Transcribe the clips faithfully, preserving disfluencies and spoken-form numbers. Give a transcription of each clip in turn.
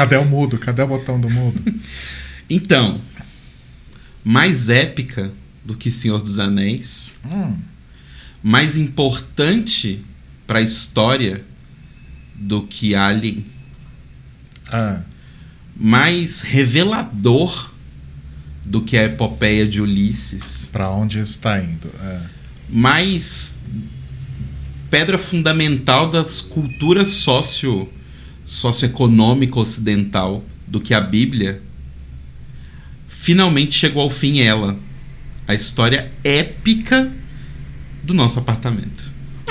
Cadê o mudo? Cadê o botão do mudo? Então, mais épica do que Senhor dos Anéis, Hum. mais importante pra história do que Alien, Ah. mais revelador do que a epopeia de Ulisses, Pra onde isso tá indo? Ah. mais pedra fundamental das culturas socio, socioeconômica ocidental do que a Bíblia, finalmente chegou ao fim ela, a história épica do nosso apartamento.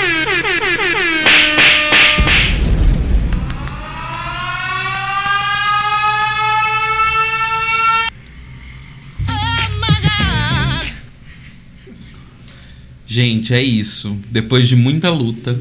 Gente, é isso. Depois de muita luta,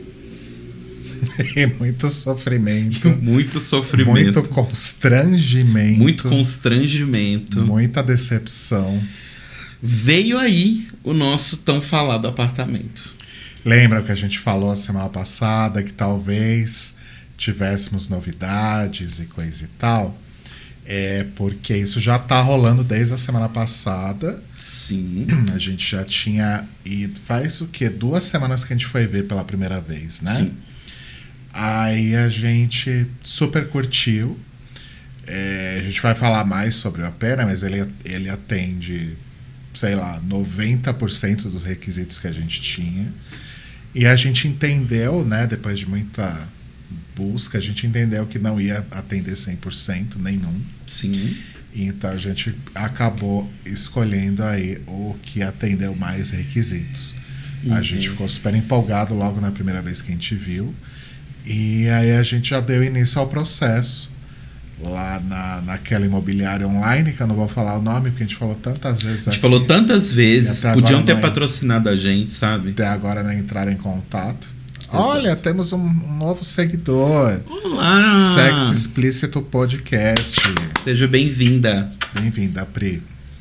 E muito sofrimento. muito sofrimento, Muito constrangimento. muito constrangimento, Muita decepção. veio aí o nosso tão falado apartamento. Lembra que a gente falou a semana passada que talvez tivéssemos novidades e coisa e tal? É porque isso já tá rolando desde a semana passada. Sim. A gente já tinha ido. Faz o quê? Duas semanas que a gente foi ver pela primeira vez, né? Sim. Aí a gente super curtiu. É, a gente vai falar mais sobre o Apera, mas ele, ele atende, sei lá, noventa por cento dos requisitos que a gente tinha. E a gente entendeu, né, depois de muita busca, a gente entendeu que não ia atender cem por cento nenhum. Sim. Então a gente acabou escolhendo aí o que atendeu mais requisitos. Uhum. A gente ficou super empolgado logo na primeira vez que a gente viu. E aí a gente já deu início ao processo lá na, naquela imobiliária online, que eu não vou falar o nome, porque a gente falou tantas vezes. A gente aqui, falou tantas vezes, até podiam agora ter não é- patrocinado a gente, sabe? Até agora não entraram em contato. Exato. Olha, temos um, um novo seguidor. Olá! Sexo Explícito Podcast. Seja bem-vinda. Bem-vinda, Pri.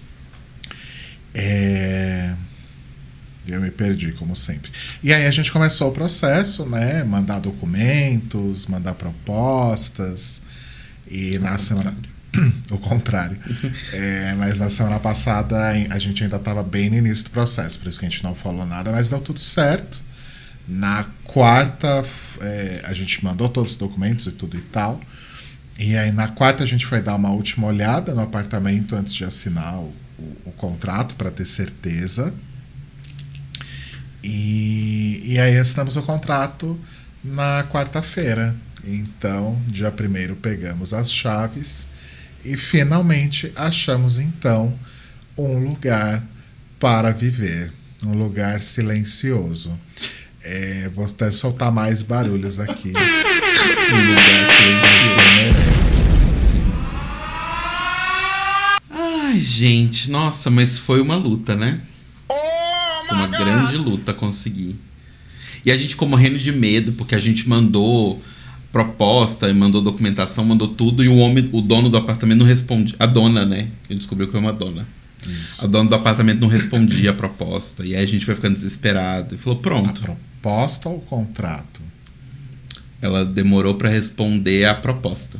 É... Eu me perdi, como sempre. E aí a gente começou o processo, né? Mandar documentos, mandar propostas. E na semana... o contrário. É, mas na semana passada a gente ainda estava bem no início do processo, por isso que a gente não falou nada, mas deu tudo certo. Na quarta, é, a gente mandou todos os documentos e tudo e tal. E aí na quarta a gente foi dar uma última olhada no apartamento antes de assinar o, o, o contrato, para ter certeza. E, e aí assinamos o contrato na quarta-feira. Então, dia primeiro pegamos as chaves e finalmente achamos então um lugar para viver, um lugar silencioso. É, vou até soltar mais barulhos aqui. Um lugar silencioso. Sim. Ai, gente, nossa, mas foi uma luta, né? Uma grande luta conseguir. E a gente ficou morrendo de medo, porque a gente mandou proposta, mandou documentação, mandou tudo, e o homem, o dono do apartamento não respondia. A dona, né? A gente descobriu que foi uma dona. Isso. A dona do apartamento não respondia a proposta. E aí a gente foi ficando desesperado. E falou, A pronto. proposta ou o contrato? Ela demorou pra responder a proposta.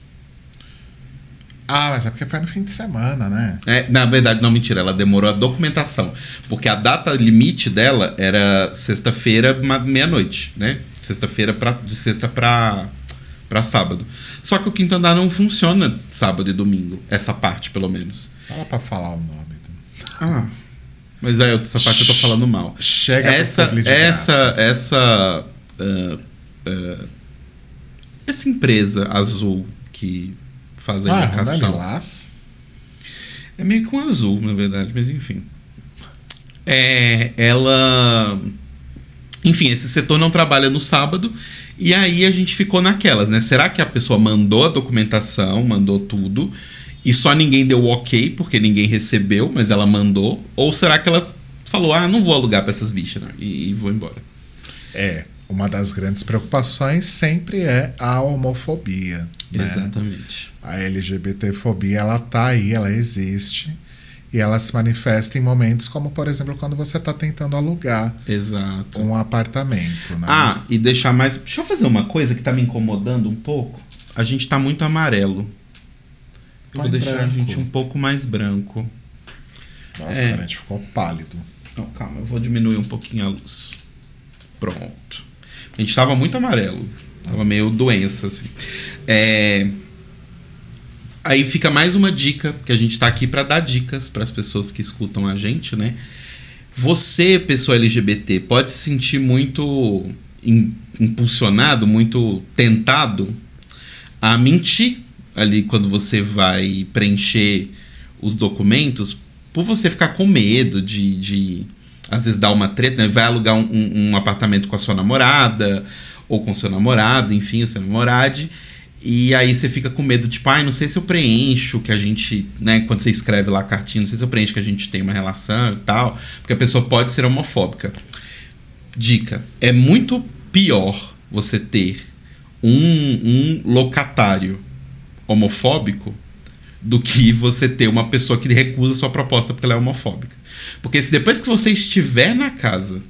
Ah, mas é porque foi no fim de semana, né? É, na verdade, não, mentira. Ela demorou a documentação. Porque a data limite dela era sexta-feira, ma- meia-noite, né? Sexta-feira, pra, de sexta pra, pra sábado. Só que o quinto andar não funciona sábado e domingo. Essa parte, pelo menos. Fala pra falar o nome. Ah, mas aí, essa parte eu tô falando mal. Chega essa, pro publi de essa, graça. essa, uh, uh, essa empresa azul que faz a Ah, indicação. Honda Lilás? É meio que um azul, na verdade, mas enfim. É, ela... Enfim, esse setor não trabalha no sábado. E aí a gente ficou naquelas, né? Será que a pessoa mandou a documentação, mandou tudo, e só ninguém deu o ok porque ninguém recebeu, mas ela mandou? Ou será que ela falou, ah, não vou alugar pra essas bichas, né? e, e vou embora? É, uma das grandes preocupações sempre é a homofobia. Né? Exatamente. A LGBTfobia, ela tá aí, ela existe. E ela se manifesta em momentos como, por exemplo, quando você está tentando alugar Exato. um apartamento. Né? Ah, e deixar mais... Deixa eu fazer uma coisa que tá me incomodando um pouco. a gente tá muito amarelo. Eu Vai vou deixar branco. a gente um pouco mais branco. Nossa, É. cara, a gente ficou pálido. Não, calma, eu vou diminuir um pouquinho a luz. Pronto. A gente tava muito amarelo. Tava meio doença, assim. É... Aí fica mais uma dica, que a gente tá aqui pra dar dicas pras pessoas que escutam a gente, né? Você, pessoa L G B T, pode se sentir muito im- impulsionado, muito tentado a mentir ali quando você vai preencher os documentos, por você ficar com medo de, de às vezes dar uma treta, né? Vai alugar um, um, um apartamento com a sua namorada ou com o seu namorado, enfim, o seu namorado, e aí você fica com medo, tipo, ai, não sei se eu preencho que a gente, né, quando você escreve lá a cartinha, não sei se eu preencho que a gente tem uma relação e tal, porque a pessoa pode ser homofóbica. Dica, é muito pior você ter um, um locatário homofóbico do que você ter uma pessoa que recusa sua proposta porque ela é homofóbica. Porque se depois que você estiver na casa...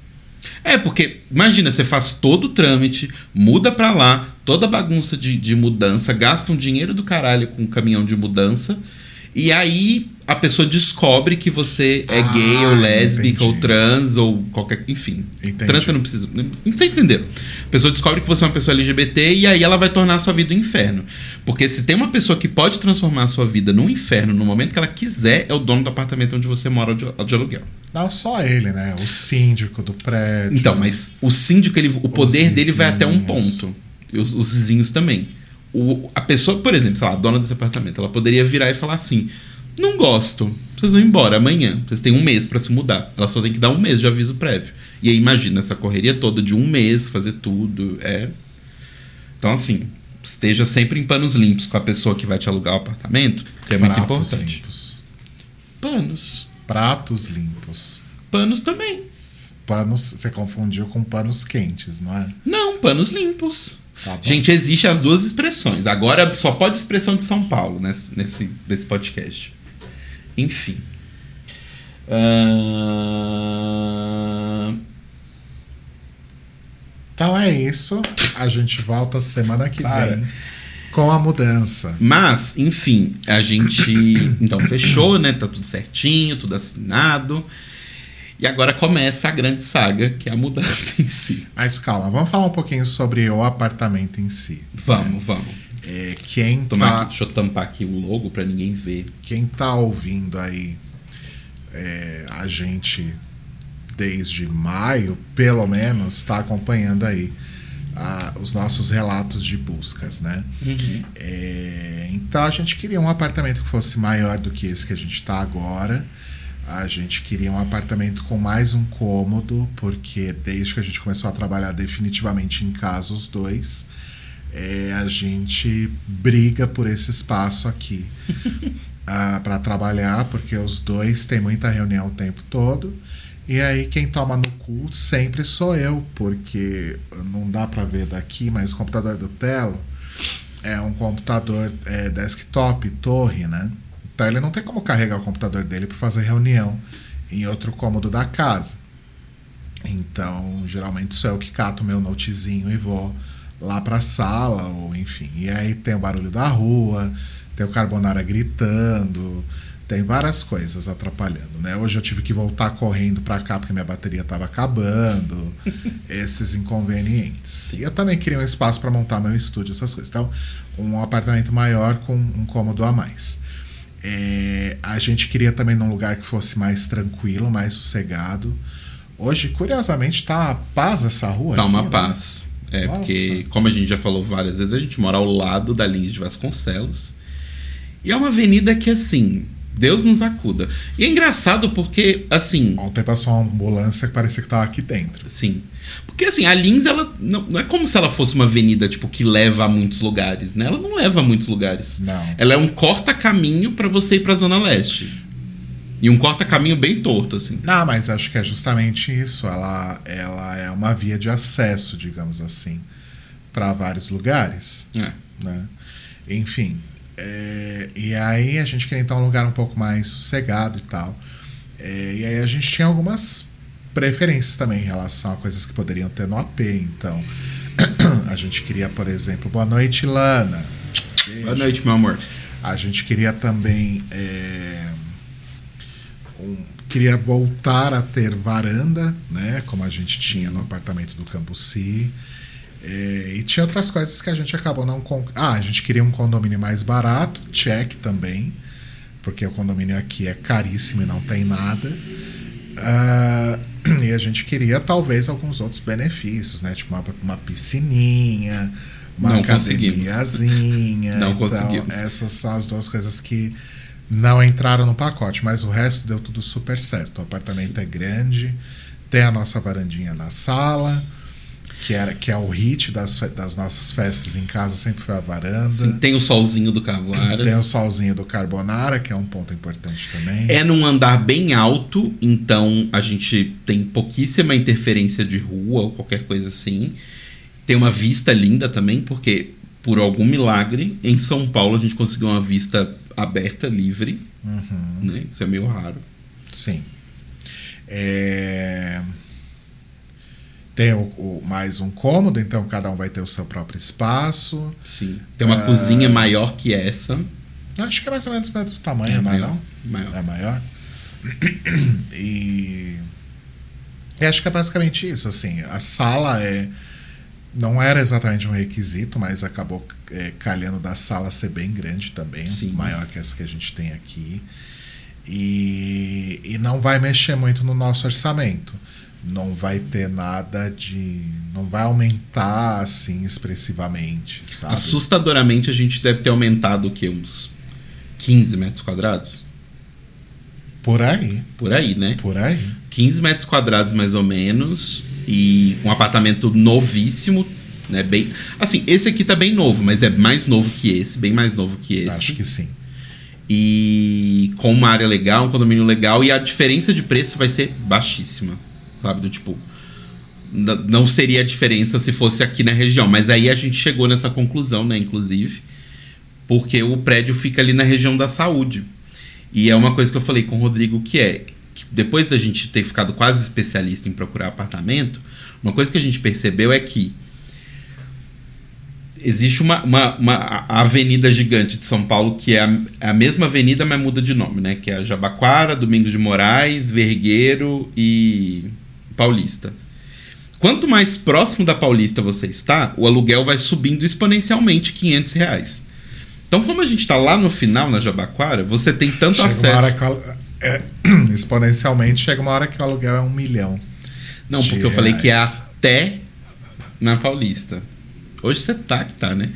É, porque, imagina, você faz todo o trâmite, muda pra lá, toda a bagunça de, de mudança, gasta um dinheiro do caralho com um caminhão de mudança, e aí a pessoa descobre que você é Ah, gay, ou lésbica, entendi. ou trans, ou qualquer... Enfim, Entendi. trans você não precisa... Você entendeu? A pessoa descobre que você é uma pessoa L G B T e aí ela vai tornar a sua vida um inferno. Porque se tem uma pessoa que pode transformar a sua vida num inferno no momento que ela quiser, é o dono do apartamento onde você mora de, de aluguel. Não só ele, né? O síndico do prédio. Então, mas o síndico, ele, o poder dele vai até um vizinhos. ponto. E os, os vizinhos também. O, a pessoa, por exemplo, sei lá, a dona desse apartamento, ela poderia virar e falar assim: não gosto, vocês vão embora amanhã. Vocês têm um mês pra se mudar. Ela só tem que dar um mês de aviso prévio. E aí, imagina, essa correria toda de um mês, fazer tudo. É. Então, assim, esteja sempre em panos limpos com a pessoa que vai te alugar o apartamento, que é muito Pratos importante. limpos. Panos. Pratos limpos. Panos também. Panos, você confundiu com panos quentes, não é? Não, panos limpos. Tá bom. Gente, existe as duas expressões. Agora só pode expressão de São Paulo nesse, nesse, nesse podcast. Enfim. Ah, Então é isso. A gente volta semana que Para. vem com a mudança. Mas, enfim, a gente então fechou, né? Tá tudo certinho, tudo assinado. E agora começa a grande saga, que é a mudança em si. Mas calma, vamos falar um pouquinho sobre o apartamento em si. Vamos, vamos. É, quem, Tomar tá, aqui, deixa eu tampar aqui o logo pra ninguém ver. quem tá ouvindo aí é, a gente desde maio, pelo menos, está acompanhando aí ah, os nossos relatos de buscas, né? Uhum. É, então a gente queria um apartamento que fosse maior do que esse que a gente está agora. A gente queria um apartamento com mais um cômodo, porque desde que a gente começou a trabalhar definitivamente em casa os dois, é, a gente briga por esse espaço aqui ah, para trabalhar, porque os dois têm muita reunião o tempo todo. E aí quem toma no cu sempre sou eu, porque não dá para ver daqui, mas o computador do Telo é um computador é, desktop, torre, né? Então ele não tem como carregar o computador dele para fazer reunião em outro cômodo da casa. Então, geralmente sou eu que cato meu notezinho e vou lá para a sala, ou enfim. E aí tem o barulho da rua, tem o Carbonara gritando, tem várias coisas atrapalhando, né? Hoje eu tive que voltar correndo para cá porque minha bateria estava acabando, esses inconvenientes. E eu também queria um espaço para montar meu estúdio, essas coisas. Então, um apartamento maior com um cômodo a mais. É, a gente queria também num lugar que fosse mais tranquilo, mais sossegado. Hoje, curiosamente, tá uma paz essa rua. Tá aqui, uma né? paz. É, Nossa. porque, como a gente já falou várias vezes, a gente mora ao lado da Lins de Vasconcelos. E é uma avenida que, assim, Deus nos acuda. E é engraçado porque, assim... Ontem passou uma ambulância que parecia que tava aqui dentro. Sim. Porque, assim, a Lins, ela não, não é como se ela fosse uma avenida, tipo, que leva a muitos lugares, né? Ela não leva a muitos lugares. Não. Ela é um corta-caminho pra você ir pra Zona Leste. E um corta-caminho bem torto, assim. Não, mas acho que é justamente isso. Ela, ela é uma via de acesso, digamos assim, para vários lugares. É. Né? Enfim. É, e aí a gente queria então um lugar um pouco mais sossegado e tal. É, e aí a gente tinha algumas preferências também em relação a coisas que poderiam ter no A P. Então, a A gente queria, por exemplo, boa noite, Lana. Beijo. Boa noite, meu amor. A gente queria também é, um, queria voltar a ter varanda, né? Como a gente Sim. tinha no apartamento do Cambuci. É, e tinha outras coisas que a gente acabou não... Con... Ah, a gente queria um condomínio mais barato, check também, porque o condomínio aqui é caríssimo e não tem nada. Uh, e a gente queria talvez alguns outros benefícios, né? Tipo uma, uma piscininha, uma não academiazinha. Não então, conseguimos. Essas são as duas coisas que não entraram no pacote, mas o resto deu tudo super certo. O apartamento Sim. é grande, tem a nossa varandinha na sala, que, era, que é o hit das, das nossas festas em casa, sempre foi a varanda. Sim, tem o solzinho do Carbonara. Tem o solzinho do Carbonara, que é um ponto importante também. É num andar bem alto, então a gente tem pouquíssima interferência de rua ou qualquer coisa assim. Tem uma vista linda também, porque por algum milagre, em São Paulo a gente conseguiu uma vista aberta, livre. Uhum. Né? Isso é meio raro. Sim. É... Tem o, o, mais um cômodo, então cada um vai ter o seu próprio espaço. Sim. Tem uma uh... cozinha maior que essa. Acho que é mais ou menos do mesmo tamanho, é não maior, é não? Maior. É maior. E... e acho que é basicamente isso, assim. A sala é... não era exatamente um requisito, mas acabou é, calhando da sala ser bem grande também. Sim. Maior que essa que a gente tem aqui. E, e não vai mexer muito no nosso orçamento. Não vai ter nada de... não vai aumentar, assim, expressivamente, sabe? Assustadoramente, a gente deve ter aumentado, o quê? Uns quinze metros quadrados? Por aí. Por aí, né? Por aí. quinze metros quadrados, mais ou menos. E um apartamento novíssimo, né? Bem... assim, esse aqui tá bem novo, mas é mais novo que esse. Bem mais novo que esse. Acho que sim. E com uma área legal, um condomínio legal. E a diferença de preço vai ser baixíssima. Sabe, do tipo, não seria a diferença se fosse aqui na região, mas aí a gente chegou nessa conclusão, né, inclusive, porque o prédio fica ali na região da saúde. E é uma coisa que eu falei com o Rodrigo, que é que depois da gente ter ficado quase especialista em procurar apartamento, uma coisa que a gente percebeu é que existe uma, uma, uma avenida gigante de São Paulo que é a, é a mesma avenida, mas muda de nome, né? Que é a Jabaquara, Domingos de Moraes, Vergueiro e Paulista. Quanto mais próximo da Paulista você está, o aluguel vai subindo exponencialmente quinhentos reais. Então, como a gente está lá no final, na Jabaquara, você tem tanto chega acesso... Uma hora que, é, exponencialmente, chega uma hora que o aluguel é um milhão. Não, porque eu falei que é até na Paulista. Hoje você tá que tá, né?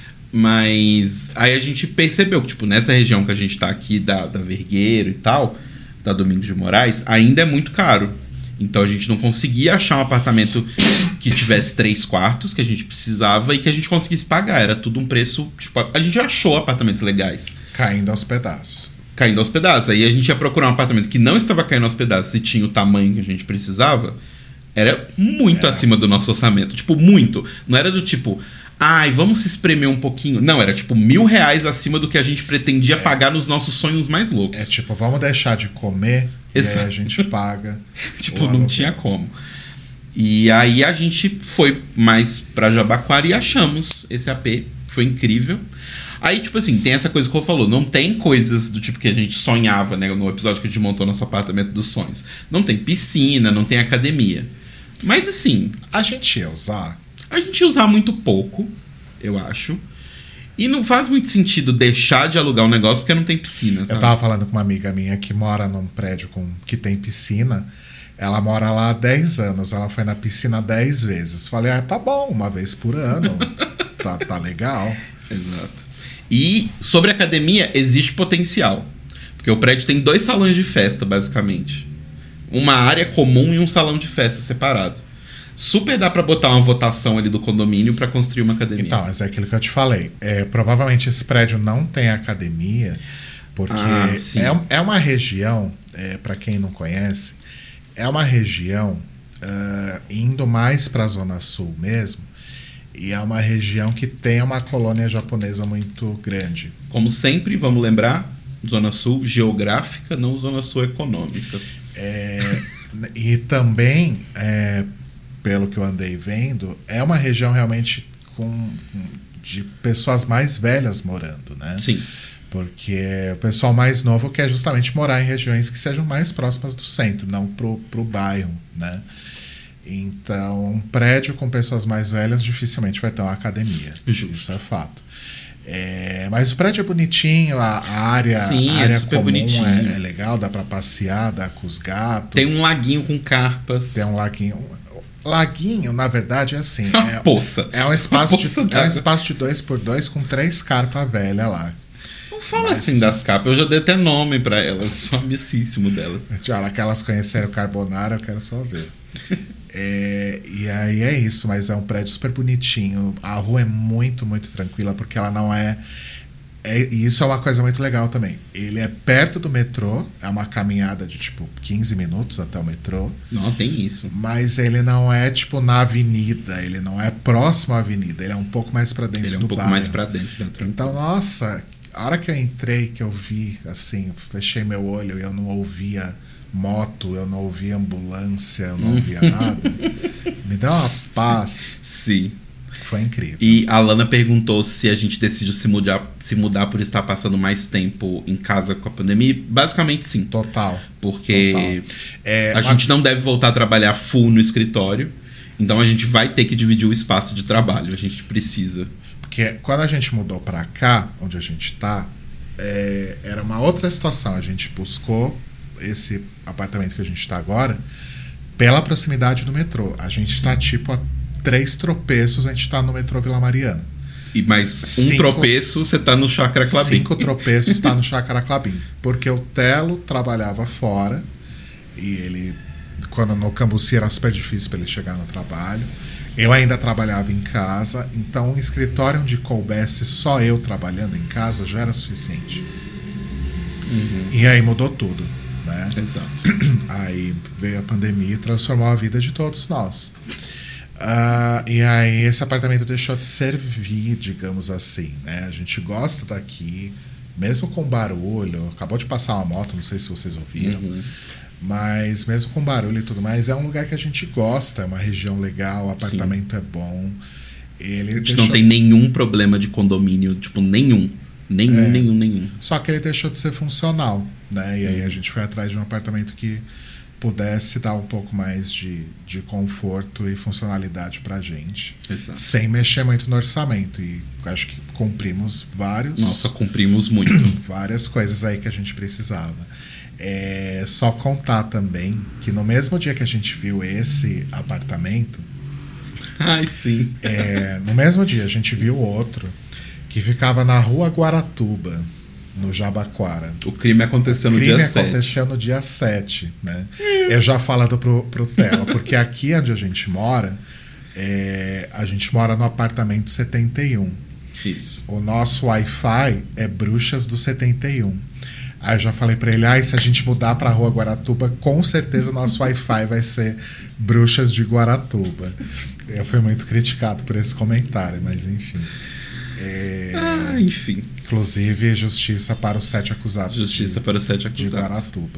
Mas aí a gente percebeu que, tipo, nessa região que a gente tá aqui, da, da Vergueiro e tal, da Domingos de Moraes, ainda é muito caro. Então a gente não conseguia achar um apartamento que tivesse três quartos, que a gente precisava e que a gente conseguisse pagar. Era tudo um preço... Tipo, a gente achou apartamentos legais. Caindo aos pedaços. Caindo aos pedaços. Aí a gente ia procurar um apartamento que não estava caindo aos pedaços e tinha o tamanho que a gente precisava. Era muito é. acima do nosso orçamento. Tipo, muito. Não era do tipo... ai, vamos se espremer um pouquinho. Não, era tipo mil reais acima do que a gente pretendia é. pagar nos nossos sonhos mais loucos. É tipo, vamos deixar de comer... Exato. E aí a gente paga. Tipo, não tinha como. E aí a gente foi mais pra Jabaquara e achamos esse A P, que foi incrível. Aí, tipo assim, tem essa coisa que o Rô falou. Não tem coisas do tipo que a gente sonhava, né? No episódio que a gente montou nosso apartamento dos sonhos. Não tem piscina, não tem academia. Mas assim... a gente ia usar? A gente ia usar muito pouco, eu acho. E não faz muito sentido deixar de alugar um negócio porque não tem piscina, sabe? Eu tava falando com uma amiga minha que mora num prédio com, que tem piscina. Ela mora lá há dez anos. Ela foi na piscina dez vezes. Falei, ah, tá bom, uma vez por ano. tá, tá legal. Exato. E sobre a academia, existe potencial. Porque o prédio tem dois salões de festa, basicamente. Uma área comum e um salão de festa separado. Super dá pra botar uma votação ali do condomínio pra construir uma academia. Então, mas é aquilo que eu te falei. É, provavelmente esse prédio não tem academia, porque ah, é, é uma região, é, para quem não conhece, é uma região uh, indo mais pra Zona Sul mesmo, e é uma região que tem uma colônia japonesa muito grande. Como sempre, vamos lembrar, Zona Sul geográfica, não Zona Sul econômica. É, e também... É, pelo que eu andei vendo, é uma região realmente com, de pessoas mais velhas morando, né? Sim. Porque o pessoal mais novo quer justamente morar em regiões que sejam mais próximas do centro, não pro, pro bairro, né? Então, um prédio com pessoas mais velhas dificilmente vai ter uma academia. Justo. Isso é fato. É, mas o prédio é bonitinho, a, a área, Sim, a área é super comum bonitinho. é, é legal, dá pra passear, dá com os gatos. Tem um laguinho com carpas. Tem um laguinho. Laguinho, na verdade, é assim. Uma é, poça. É um espaço, Uma poça de, é um d'água. espaço de dois por dois com três carpas velhas lá. Não fala Mas- assim das capas, eu já dei até nome pra elas, sou amicíssimo delas. Já que elas conheceram o Carbonara, eu quero só ver. É, e aí é isso, mas é um prédio super bonitinho. A rua é muito, muito tranquila, porque ela não é. é e isso é uma coisa muito legal também. Ele é perto do metrô, é uma caminhada de tipo quinze minutos até o metrô. Não, tem isso. Mas ele não é tipo na avenida, ele não é próximo à avenida, ele é um pouco mais pra dentro Ele é do um pouco bairro. mais pra dentro da tranquila. Então, nossa, a hora que eu entrei, que eu vi, assim, fechei meu olho e eu não ouvia moto, eu não ouvia ambulância, eu não ouvia nada, me deu uma paz. Sim. Foi incrível. E a Lana perguntou se a gente decidiu se mudar, se mudar por estar passando mais tempo em casa com a pandemia. Basicamente, sim. Total. Porque Total. É, a uma- gente não deve voltar a trabalhar full no escritório. Então a gente vai ter que dividir o espaço de trabalho. A gente precisa. Porque quando a gente mudou pra cá, onde a gente tá, é, era uma outra situação. A gente buscou esse apartamento que a gente tá agora pela proximidade do metrô. A gente tá tipo a três tropeços, a gente tá no metrô Vila Mariana. E mais um Cinco- tropeço, você tá no Chácara Clabin. Cinco tropeços tá no Chácara Clabin. Porque o Telo trabalhava fora e ele, quando no Cambuci era super difícil para ele chegar no trabalho. Eu ainda trabalhava em casa, então um escritório onde coubesse só eu trabalhando em casa já era suficiente. Uhum. E aí mudou tudo, né? Exato. Aí veio a pandemia e transformou a vida de todos nós. Ah, e aí esse apartamento deixou de servir, digamos assim, né? A gente gosta daqui, mesmo com barulho. Acabou de passar uma moto, não sei se vocês ouviram. Uhum. Mas mesmo com barulho e tudo mais, é um lugar que a gente gosta, é uma região legal, o apartamento é bom. Ele A gente deixou- não tem nenhum problema de condomínio, tipo, nenhum. Nenhum, É. nenhum, nenhum. Só que ele deixou de ser funcional, né? E aí a gente foi atrás de um apartamento que pudesse dar um pouco mais de, de conforto e funcionalidade pra gente. Exato. Sem mexer muito no orçamento. E acho que cumprimos vários, Nossa, cumprimos muito. várias coisas aí que a gente precisava. É, só contar também que no mesmo dia que a gente viu esse apartamento, Ai, sim. é, no mesmo dia a gente viu outro que ficava na rua Guaratuba, no Jabaquara. O crime aconteceu no O crime dia sete. aconteceu no dia sete, né? Eu já falando pro, pro Telo, porque aqui onde a gente mora, é, a gente mora no apartamento setenta e um. Isso. O nosso Wi-Fi é Bruxas do setenta e um. Aí eu já falei pra ele, ah, e se a gente mudar pra rua Guaratuba, com certeza o nosso Wi-Fi vai ser Bruxas de Guaratuba. Eu fui muito criticado por esse comentário, mas enfim. É, Ah, enfim. inclusive, justiça para os sete acusados Justiça de, para os sete de acusados. Guaratuba.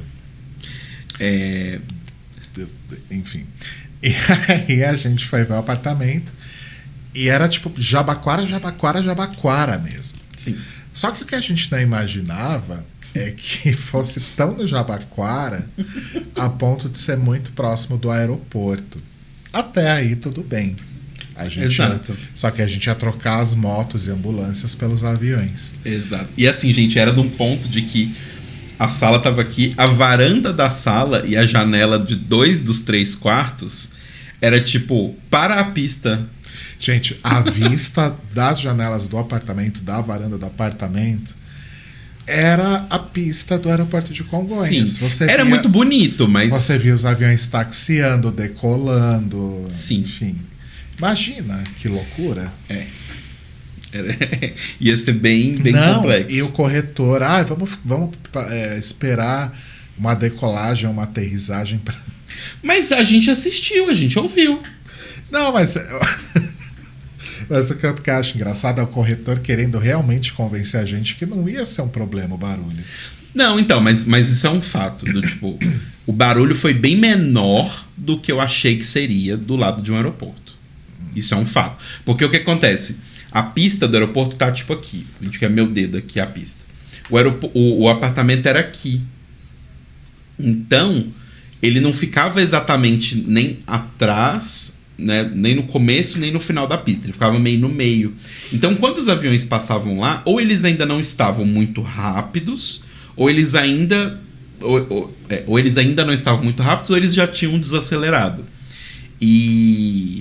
É, Enfim. E aí a gente foi ver o apartamento e era tipo Jabaquara, Jabaquara, Jabaquara mesmo. sim. Só que o que a gente não imaginava é que fosse tão no Jabaquara a ponto de ser muito próximo do aeroporto. Até aí tudo bem. A gente Exato. Ia, só que a gente ia trocar as motos e ambulâncias pelos aviões. Exato. E assim, gente, era de um ponto de que a sala tava aqui, a varanda da sala e a janela de dois dos três quartos era tipo para a pista. Gente, a vista das janelas do apartamento, da varanda do apartamento, era a pista do aeroporto de Congonhas. Sim. Você Era via- muito bonito, mas Você via os aviões taxiando, decolando. Sim. Enfim. Imagina que loucura. é. Era... ia ser bem, bem Não, complexo. e o corretor, ah, vamos, vamos é, esperar uma decolagem, uma aterrissagem. Pra... Mas a gente assistiu, a gente ouviu. Não, mas. Mas o que eu acho engraçado é o corretor querendo realmente convencer a gente que não ia ser um problema o barulho. Não, então, mas, mas isso é um fato. Do tipo, o barulho foi bem menor do que eu achei que seria do lado de um aeroporto. Isso é um fato. Porque o que acontece? A pista do aeroporto tá tipo aqui. A gente quer meu dedo aqui, a pista. O, aeropo- o, o apartamento era aqui. Então, ele não ficava exatamente nem atrás, né, nem no começo, nem no final da pista. Ele ficava meio no meio. Então, quando os aviões passavam lá, ou eles ainda não estavam muito rápidos, ou eles ainda... Ou, ou, é, ou eles ainda não estavam muito rápidos, ou eles já tinham desacelerado. E...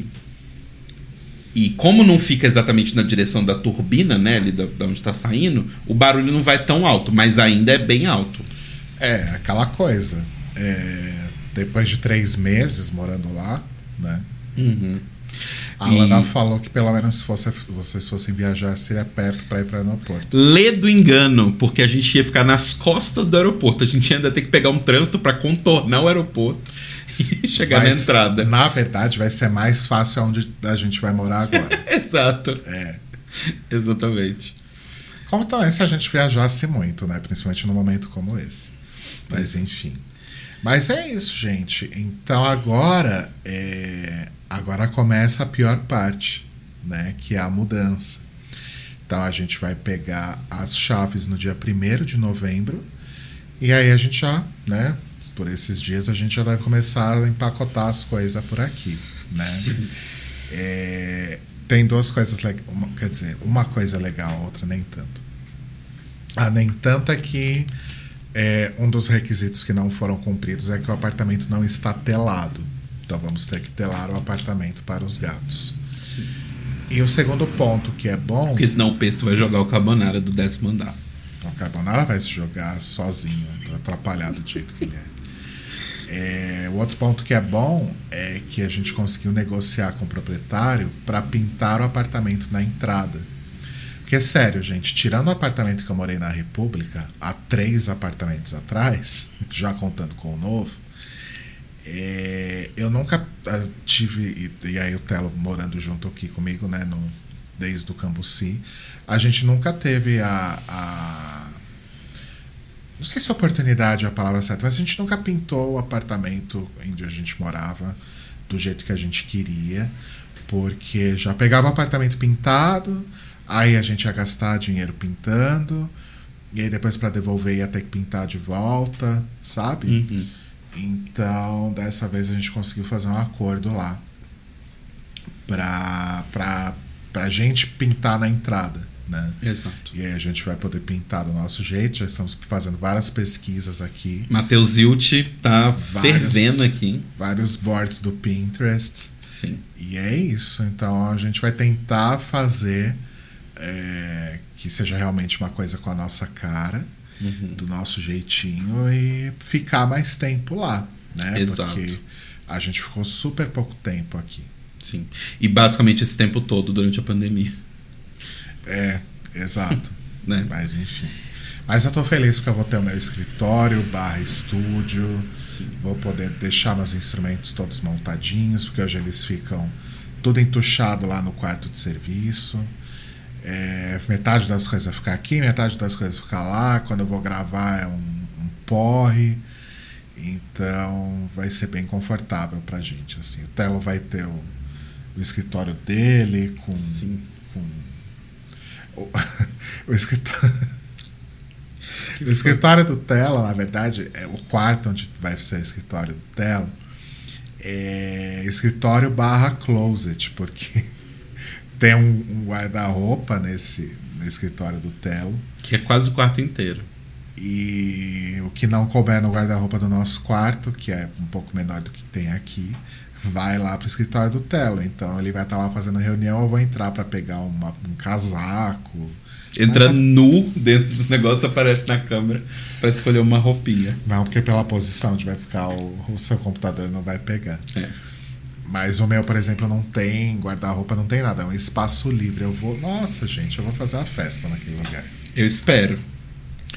E como não fica exatamente na direção da turbina, né, ali da, da onde está saindo, o barulho não vai tão alto, mas ainda é bem alto. É, aquela coisa. É, depois de três meses morando lá, né? Uhum. A Lana falou que pelo menos se fosse, vocês fossem viajar, seria perto para ir para o aeroporto. Lê do engano, porque a gente ia ficar nas costas do aeroporto. A gente ainda tem que pegar um trânsito para contornar o aeroporto e chegar Mas, na entrada. Na verdade, vai ser mais fácil onde a gente vai morar agora. Exato. É. Exatamente. Como também se a gente viajasse muito, né? Principalmente num momento como esse. Mas enfim. Mas é isso, gente. Então agora é... agora começa a pior parte, né? Que é a mudança. Então a gente vai pegar as chaves no dia primeiro de novembro. E aí a gente já, né? Por esses dias a gente já vai começar a empacotar as coisas por aqui, né? Sim. É... Tem duas coisas legais. Quer dizer, uma coisa legal, outra nem tanto. Ah, nem tanto é que é, um dos requisitos que não foram cumpridos é que o apartamento não está telado. Então vamos ter que telar o apartamento para os gatos. Sim. E o segundo ponto que é bom... Porque senão o Pesto vai jogar o carbonara do décimo andar. O Carbonara vai se jogar sozinho, atrapalhado do jeito que ele é. É, o outro ponto que é bom é que a gente conseguiu negociar com o proprietário para pintar o apartamento na entrada. Porque, sério, gente, tirando o apartamento que eu morei na República, há três apartamentos atrás, já contando com o novo, é, eu nunca uh, tive, e, e aí o Telo morando junto aqui comigo, né, no, desde o Cambuci, a gente nunca teve a, a... Não sei se oportunidade é a palavra certa, mas a gente nunca pintou o apartamento onde a gente morava do jeito que a gente queria, porque já pegava o apartamento pintado... Aí a gente ia gastar dinheiro pintando. E aí depois para devolver ia ter que pintar de volta, sabe? Uhum. Então, dessa vez a gente conseguiu fazer um acordo lá. Pra, pra, pra gente pintar na entrada, né? Exato. E aí a gente vai poder pintar do nosso jeito. Já estamos fazendo várias pesquisas aqui. Matheus Zilt tá vários, fervendo aqui. Vários boards do Pinterest. Sim. E é isso. Então a gente vai tentar fazer... É, que seja realmente uma coisa com a nossa cara, uhum. do nosso jeitinho e ficar mais tempo lá, né? Exato. Porque a gente ficou super pouco tempo aqui. Sim. E basicamente esse tempo todo durante a pandemia. É, exato. Né? Mas enfim. Mas eu tô feliz porque eu vou ter o meu escritório barra estúdio. Sim. Vou poder deixar meus instrumentos todos montadinhos, porque hoje eles ficam tudo entuchado lá no quarto de serviço. É, metade das coisas vai ficar aqui, metade das coisas vai ficar lá. Quando eu vou gravar é um, um porre. Então vai ser bem confortável pra gente, assim. O Telo vai ter o, o escritório dele com, Sim. com o, o escritório o escritório do Telo, na verdade, é o quarto onde vai ser o escritório do Telo, é escritório barra closet, porque tem um, um guarda-roupa nesse no escritório do Telo. Que é quase o quarto inteiro. E o que não couber no guarda-roupa do nosso quarto, que é um pouco menor do que tem aqui, vai lá pro escritório do Telo. Então ele vai estar lá fazendo reunião, eu vou entrar para pegar uma, um casaco. Entra Mas, nu dentro do negócio, aparece na câmera para escolher uma roupinha. Não, porque pela posição onde vai ficar o, o seu computador não vai pegar. É. Mas o meu, por exemplo, não tem guarda-roupa, não tem nada. É um espaço livre. Eu vou... Nossa, gente, eu vou fazer uma festa naquele lugar. Eu espero.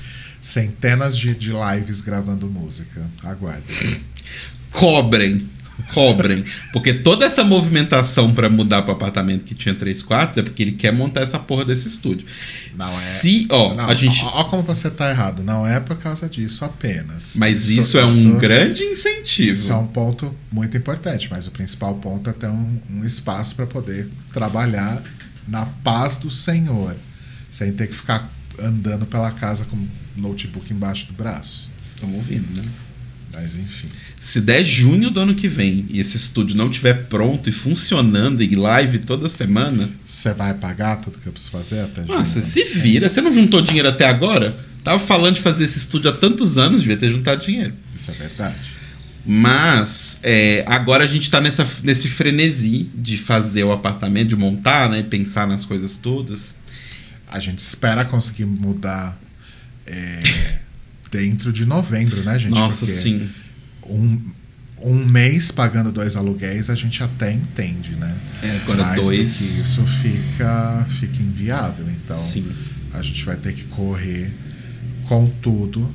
Centenas de, de lives gravando música. Aguardem. Cobrem. Cobrem. Porque toda essa movimentação pra mudar pro apartamento que tinha três quartos é porque ele quer montar essa porra desse estúdio. Não é. Se, ó, não, a gente. Ó, ó como você tá errado. Não é por causa disso apenas. Mas isso, isso é um isso, grande incentivo. Isso é um ponto muito importante. Mas o principal ponto é ter um, um espaço para poder trabalhar na paz do Senhor. Sem ter que ficar andando pela casa com notebook embaixo do braço. Estão ouvindo, né? Mas enfim. Se der junho do ano que vem e esse estúdio não estiver pronto e funcionando e live toda semana... Você vai pagar tudo que eu preciso fazer até junho? Nossa, se vira. Você não juntou dinheiro até agora? Tava falando de fazer esse estúdio há tantos anos, devia ter juntado dinheiro. Isso é verdade. Mas é, agora a gente tá nessa, nesse frenesi de fazer o apartamento, de montar, né? Pensar nas coisas todas. A gente espera conseguir mudar... É... dentro de novembro, né, gente? Nossa, porque sim. Um, um mês pagando dois aluguéis a gente até entende, né? É, agora mais dois. do que isso fica, fica inviável. Então, sim. a gente vai ter que correr com tudo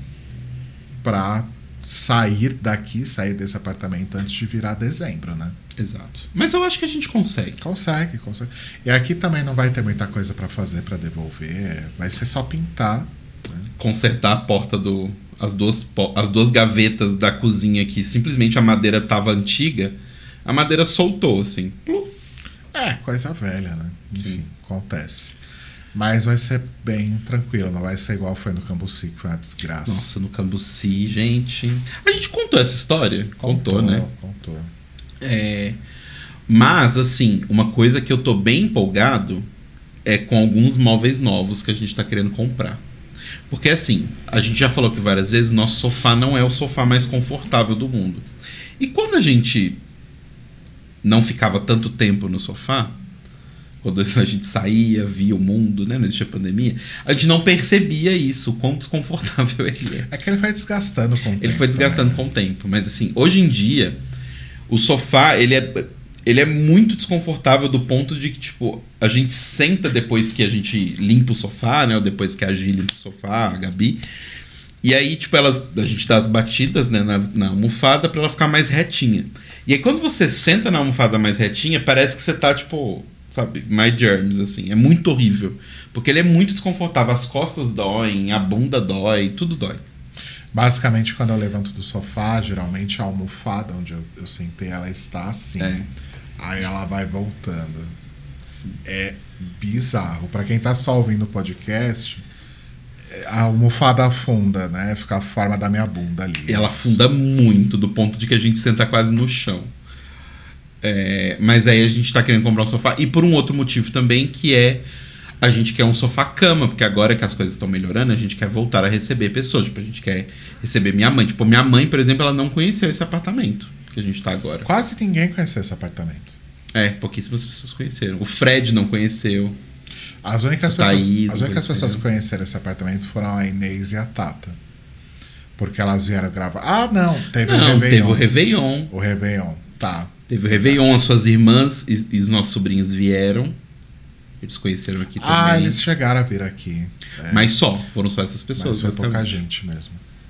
pra sair daqui, sair desse apartamento antes de virar dezembro, né? Exato. Mas eu acho que a gente consegue. Consegue, consegue. E aqui também não vai ter muita coisa pra fazer, pra devolver. Vai ser só pintar. Consertar a porta do... As duas, as duas gavetas da cozinha que simplesmente a madeira tava antiga. A madeira soltou, assim. Plu. É, coisa velha, né? Enfim, Sim. acontece. Mas vai ser bem tranquilo. Não vai ser igual foi no Cambuci, que foi uma desgraça. Nossa, no Cambuci, gente... A gente contou essa história? Contou, contou né? Contou. É... Mas, assim, uma coisa que eu tô bem empolgado é com alguns móveis novos que a gente tá querendo comprar. Porque assim, a gente já falou aqui várias vezes, o nosso sofá não é o sofá mais confortável do mundo. E quando a gente não ficava tanto tempo no sofá, quando a gente saía, via o mundo, né, não existia pandemia, a gente não percebia isso, o quão desconfortável ele é. É que ele foi desgastando com o tempo. Ele foi desgastando também. com o tempo. Mas assim, hoje em dia, o sofá, ele é... Ele é muito desconfortável do ponto de que, tipo, a gente senta depois que a gente limpa o sofá, né? Ou depois que a Gi limpa o sofá, a Gabi. E aí, tipo, elas, a gente dá as batidas, né, na, na almofada pra ela ficar mais retinha. E aí, quando você senta na almofada mais retinha, parece que você tá, tipo, sabe, my germs, assim. É muito horrível. Porque ele é muito desconfortável. As costas doem, a bunda dói, tudo dói. Basicamente, quando eu levanto do sofá, geralmente a almofada onde eu, eu sentei, ela está assim. É. Aí ela vai voltando. Sim. É bizarro. Pra quem tá só ouvindo o podcast, a almofada afunda, né? Fica a forma da minha bunda ali. E ela afunda muito, do ponto de que a gente senta quase no chão. É, mas aí a gente tá querendo comprar um sofá. E por um outro motivo também, que é... A gente quer um sofá-cama, porque agora que as coisas estão melhorando, a gente quer voltar a receber pessoas. Tipo, a gente quer receber minha mãe. Tipo, minha mãe, por exemplo, ela não conheceu esse apartamento que a gente tá agora. Quase ninguém conheceu esse apartamento. É, pouquíssimas pessoas conheceram. O Fred não conheceu. As únicas, Thaís, pessoas, as únicas pessoas que conheceram esse apartamento foram a Inês e a Tata. Porque elas vieram gravar. Ah, não, teve não, o Réveillon. Teve o Réveillon. O Réveillon, tá. Teve o Réveillon, as suas irmãs e, e os nossos sobrinhos vieram. Eles conheceram aqui também. Ah, eles chegaram a vir aqui. É. Mas só, foram só essas pessoas. Mas foi pouca gente mesmo.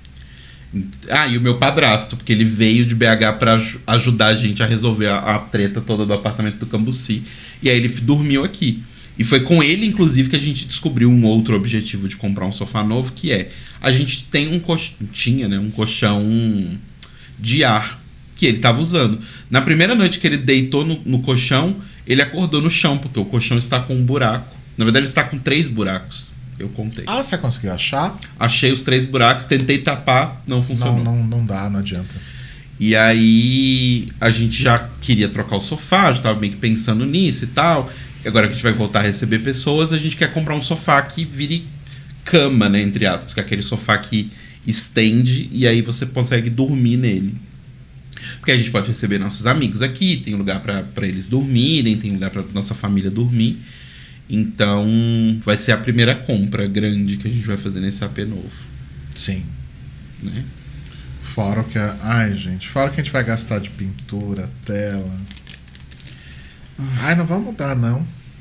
Ah, e o meu padrasto, porque ele veio de B H pra ajudar a gente a resolver a, a treta toda do apartamento do Cambuci. E aí ele dormiu aqui. E foi com ele, inclusive, que a gente descobriu um outro objetivo de comprar um sofá novo, que é... A gente tem um colchão... Tinha, né? Um colchão de ar que ele tava usando. Na primeira noite que ele deitou no, no colchão, ele acordou no chão, porque o colchão está com um buraco. Na verdade, ele está com três buracos. Eu contei. Ah, você conseguiu achar? Achei os três buracos, tentei tapar, não funcionou. Não, não, não dá, não adianta. E aí a gente já queria trocar o sofá, já tava meio que pensando nisso e tal. E agora que a gente vai voltar a receber pessoas, a gente quer comprar um sofá que vire cama, né, entre aspas, que é aquele sofá que estende e aí você consegue dormir nele. Porque a gente pode receber nossos amigos aqui, tem lugar para eles dormirem, tem lugar para nossa família dormir. Então, vai ser a primeira compra grande que a gente vai fazer nesse A P novo. Sim. Né? Fora o que... A... Ai, gente. Fora o que a gente vai gastar de pintura, tela. Ai, não vamos mudar, não.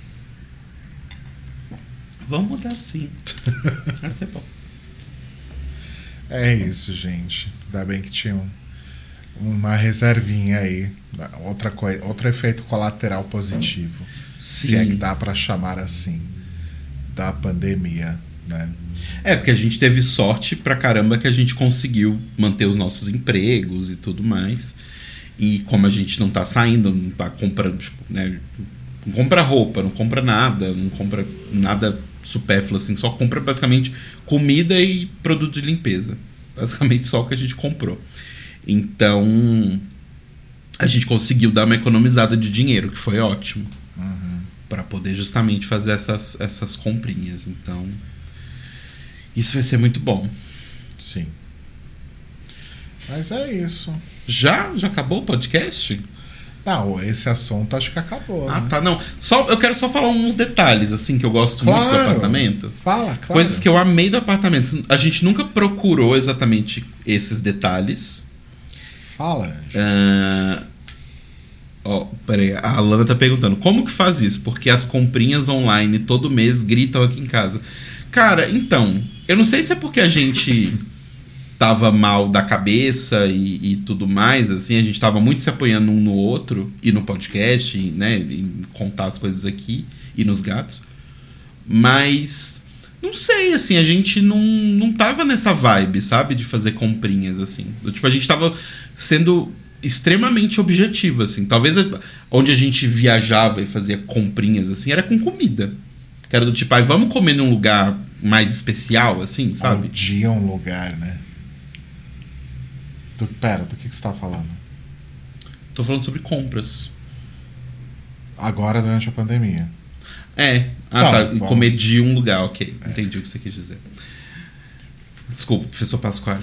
Vamos mudar sim. Vai ser bom. É isso, gente. Ainda bem que tinham uma reservinha aí. Outra coisa, outro efeito colateral positivo. Sim. Se é que dá pra chamar assim, da pandemia, né? É, porque a gente teve sorte pra caramba que a gente conseguiu manter os nossos empregos e tudo mais. E como a gente não tá saindo, não tá comprando, tipo, né? Não compra roupa, não compra nada, não compra nada supérfluo, assim, só compra basicamente comida e produto de limpeza. Basicamente só o que a gente comprou. Então, a gente conseguiu dar uma economizada de dinheiro, que foi ótimo. Uhum. Para poder justamente fazer essas, essas comprinhas. Então, isso vai ser muito bom. Sim. Mas é isso. Já? Já acabou o podcast? Não, esse assunto acho que acabou. Ah, né? tá. Não. Só, eu quero só falar uns detalhes, assim, que eu gosto Claro. muito do apartamento. Fala, claro. Coisas que eu amei do apartamento. A gente nunca procurou exatamente esses detalhes. Fala, Anjo. Ah, ó, peraí, a Alana tá perguntando: como que faz isso? Porque as comprinhas online todo mês gritam aqui em casa. Cara, então, eu não sei se é porque a gente tava mal da cabeça e, e tudo mais, assim, a gente tava muito se apoiando um no outro e no podcast, e, né, em contar as coisas aqui e nos gatos. Mas não sei, assim, a gente não, não tava nessa vibe, sabe, de fazer comprinhas, assim. Tipo, a gente tava sendo extremamente objetivo, assim. Talvez onde a gente viajava e fazia comprinhas, assim, era com comida. Que era do tipo, ah, vamos comer num lugar mais especial, assim, sabe? Um dia, um lugar, né? Tu, pera, do que, que você tá falando? Tô falando sobre compras. Agora, durante a pandemia. É. Ah, Tá, tá. E vamos. comer de um lugar, ok. Entendi o que você quis dizer. Desculpa, professor Pasquale.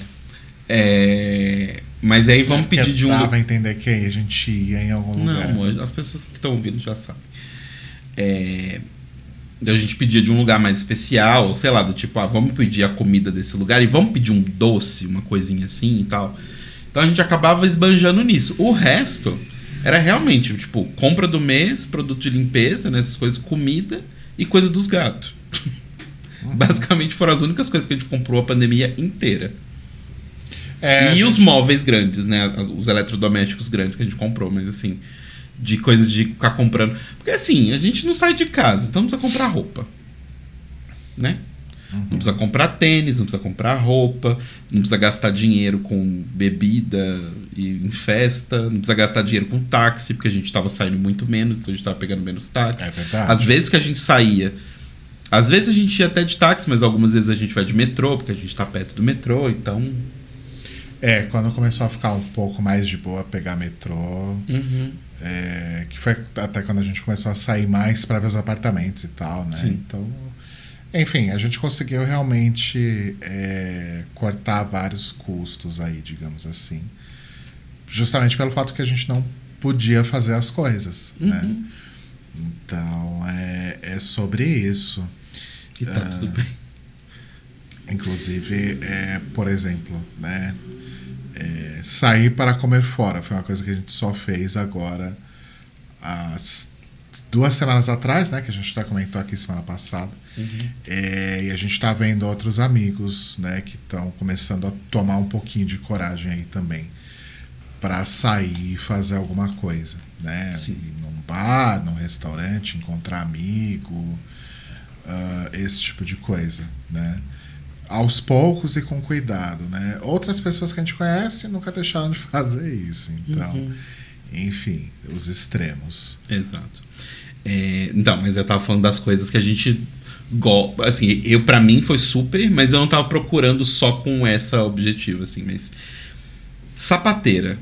É... Mas aí vamos Porque pedir de um dava lugar. a entender que aí a gente ia em algum Não, lugar. amor, as pessoas que estão ouvindo já sabem. É... A gente pedia de um lugar mais especial, ou sei lá, do tipo, ah, vamos pedir a comida desse lugar e vamos pedir um doce, uma coisinha assim e tal. Então a gente acabava esbanjando nisso. O resto era realmente, tipo, compra do mês, produto de limpeza, né, essas coisas, comida e coisa dos gatos. Uhum. Basicamente foram as únicas coisas que a gente comprou a pandemia inteira. É, E os móveis grandes, né? Os eletrodomésticos grandes que a gente comprou, mas assim, de coisas de ficar comprando. Porque assim, a gente não sai de casa, então não precisa comprar roupa. Né? Uhum. Não precisa comprar tênis, não precisa comprar roupa, não precisa gastar dinheiro com bebida e em festa, não precisa gastar dinheiro com táxi, porque a gente tava saindo muito menos, então a gente tava pegando menos táxi. É verdade. Às vezes que a gente saía, às vezes a gente ia até de táxi, mas algumas vezes a gente vai de metrô, porque a gente tá perto do metrô, então. É, quando começou a ficar um pouco mais de boa pegar metrô, Uhum. é, que foi até quando a gente começou a sair mais para ver os apartamentos e tal, né? Sim. Então, enfim, a gente conseguiu realmente é, cortar vários custos aí, digamos assim. Justamente pelo fato que a gente não podia fazer as coisas, Uhum. né? Então, é, é sobre isso. E tá Ah, tudo bem. Inclusive, é, por exemplo, né, é, sair para comer fora foi uma coisa que a gente só fez agora, há duas semanas atrás, né, que a gente até comentou aqui semana passada. Uhum. É, e a gente está vendo outros amigos, né, que estão começando a tomar um pouquinho de coragem aí também para sair e fazer alguma coisa, né? Sim. Ir num bar, num restaurante, encontrar amigo, uh, esse tipo de coisa, né? Aos poucos e com cuidado, né? Outras pessoas que a gente conhece nunca deixaram de fazer isso, então, Uhum. enfim, os extremos. Exato. É, então, mas eu tava falando das coisas que a gente go- assim, eu para mim foi super, mas eu não tava procurando só com essa objetivo, assim, mas sapateira.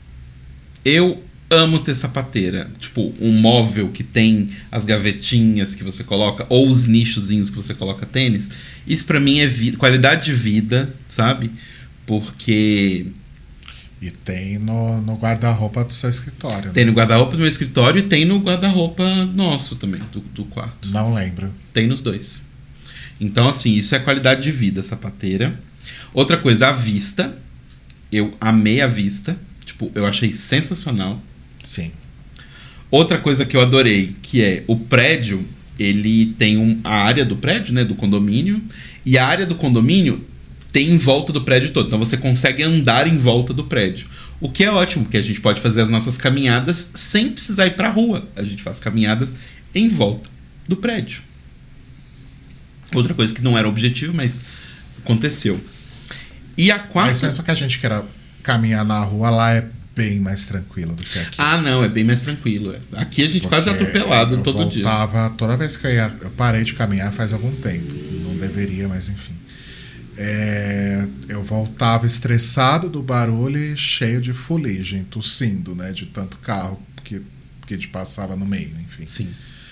Eu amo ter sapateira, tipo, um móvel que tem as gavetinhas que você coloca ou os nichozinhos que você coloca tênis. Isso pra mim é vida, qualidade de vida, sabe? Porque E tem no, no guarda-roupa do seu escritório. tem né? no guarda-roupa do meu escritório e tem no guarda-roupa nosso também, do, do quarto. Não lembro. Tem nos dois. Então, assim, isso é qualidade de vida, sapateira. Outra coisa, a vista. Eu amei a vista. Tipo, eu achei sensacional. Sim. Outra coisa que eu adorei, que é o prédio, ele tem um, a área do prédio, né, do condomínio, e a área do condomínio tem em volta do prédio todo. Então você consegue andar em volta do prédio. O que é ótimo, porque a gente pode fazer as nossas caminhadas sem precisar ir pra rua. A gente faz caminhadas em volta do prédio. Outra coisa que não era objetivo, mas aconteceu. E a quarta... Mas mesmo que a gente queira caminhar na rua, lá é bem mais tranquilo do que aqui. Ah, não, é bem mais tranquilo. Aqui a gente porque quase é atropelado todo eu dia. Voltava, toda vez que eu ia... Eu parei de caminhar faz algum tempo. Não deveria, mas enfim. É, eu voltava estressado do barulho e cheio de fuligem, tossindo, né? De tanto carro que, que te passava no meio, enfim. Sim.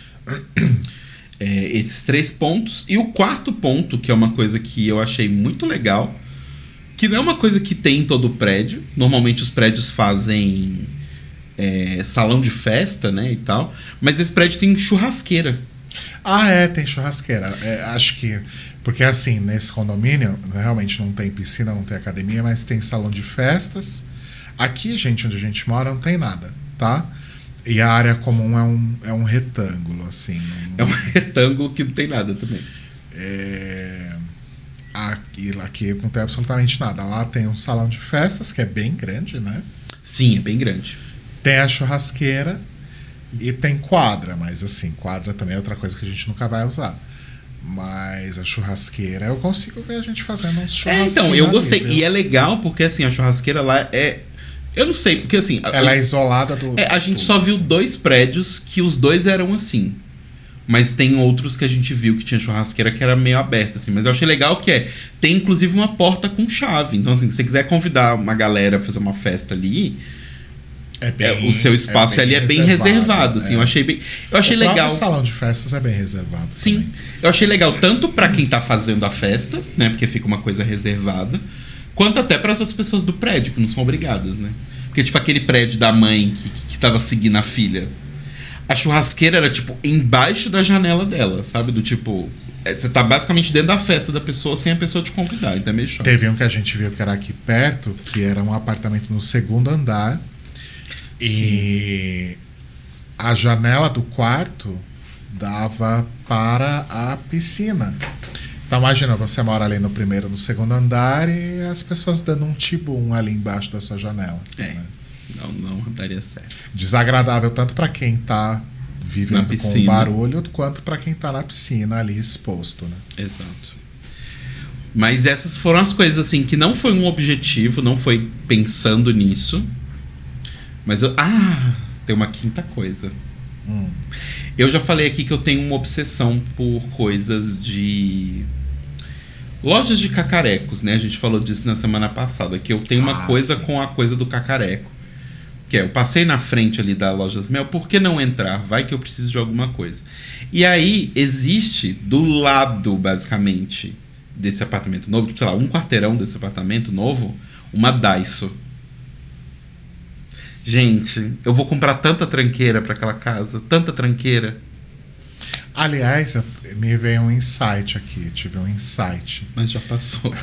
É, esses três pontos. E o quarto ponto, que é uma coisa que eu achei muito legal, que não é uma coisa que tem em todo o prédio. Normalmente os prédios fazem é, salão de festa, né, e tal. Mas esse prédio tem churrasqueira. Ah, é, tem churrasqueira. É, acho que... Porque assim, nesse condomínio, realmente não tem piscina, não tem academia, mas tem salão de festas. Aqui, gente, onde a gente mora, não tem nada, tá? E a área comum é um, é um retângulo, assim. É um retângulo que não tem nada também. É... Aqui, aqui não tem absolutamente nada. Lá tem um salão de festas, que é bem grande, né? Sim, é bem grande. Tem a churrasqueira e tem quadra, mas assim, quadra também é outra coisa que a gente nunca vai usar. Mas a churrasqueira, eu consigo ver a gente fazendo uns churrasqueiros. É, então, eu gostei. Ali, e é legal porque, assim, a churrasqueira lá é... Eu não sei, porque assim... Ela eu, é isolada do... É, a gente tudo, só viu assim. dois prédios que os dois eram assim. Mas tem outros que a gente viu que tinha churrasqueira que era meio aberta, assim. Mas eu achei legal que é... Tem, inclusive, uma porta com chave. Então, assim, se você quiser convidar uma galera a fazer uma festa ali... É bem, é, o seu espaço é ali é bem reservado, assim. É. Eu achei bem... Eu achei o legal... O salão de festas é bem reservado. Sim. Também. Eu achei legal tanto pra quem tá fazendo a festa, né? Porque fica uma coisa reservada. Quanto até para as outras pessoas do prédio, que não são obrigadas, né? Porque, tipo, aquele prédio da mãe que, que, que tava seguindo a filha. A churrasqueira era, tipo, embaixo da janela dela, sabe? Do tipo... Você tá basicamente dentro da festa da pessoa sem a pessoa te convidar. Então é meio chato. Teve um que a gente viu que era aqui perto, que era um apartamento no segundo andar. E Sim. a janela do quarto dava para a piscina. Então imagina, você mora ali no primeiro, no segundo andar e as pessoas dando um tibum ali embaixo da sua janela. É, né? não, não daria certo. Desagradável tanto para quem tá vivendo com o barulho, quanto para quem tá na piscina ali exposto, né? Exato. Mas essas foram as coisas assim, que não foi um objetivo, não foi pensando nisso. Mas eu... Ah, tem uma quinta coisa. Hum. Eu já falei aqui que eu tenho uma obsessão por coisas de... Lojas de cacarecos, né? A gente falou disso na semana passada, que eu tenho uma ah, coisa sim. com a coisa do cacareco. Que é, eu passei na frente ali da Lojas Mel, por que não entrar? Vai que eu preciso de alguma coisa. E aí, existe do lado, basicamente, desse apartamento novo, tipo, sei lá, um quarteirão desse apartamento novo, uma Daiso. Gente, eu vou comprar tanta tranqueira pra aquela casa, tanta tranqueira. Aliás, me veio um insight aqui, tive um insight. Mas já passou.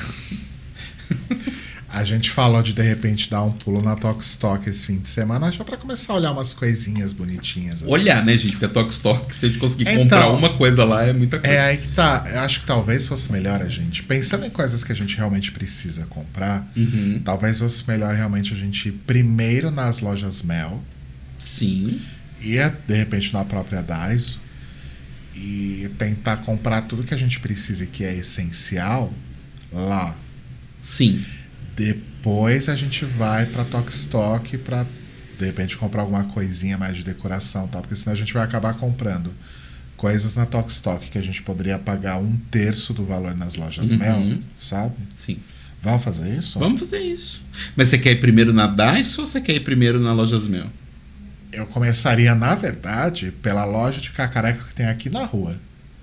A gente falou de, de repente, dar um pulo na Tokstok esse fim de semana, já pra começar a olhar umas coisinhas bonitinhas. Assim. Olhar, né, gente? Porque a Tokstok, se a gente conseguir então, comprar uma coisa lá, é muita coisa. É aí que tá. Eu acho que talvez fosse melhor a gente, pensando em coisas que a gente realmente precisa comprar, uhum. talvez fosse melhor realmente a gente ir primeiro nas lojas Mel. Sim. E, de repente, na própria Daiso. E tentar comprar tudo que a gente precisa e que é essencial lá. Sim. Depois a gente vai pra Tokstok pra, de repente, comprar alguma coisinha mais de decoração e tal, porque senão a gente vai acabar comprando coisas na Tokstok que a gente poderia pagar um terço do valor nas lojas uhum. Mel, sabe? Sim. Vamos fazer isso? Vamos fazer isso. Mas você quer ir primeiro na Daiso ou você quer ir primeiro na Lojas Mel? Eu começaria, na verdade, pela loja de cacareco que tem aqui na rua.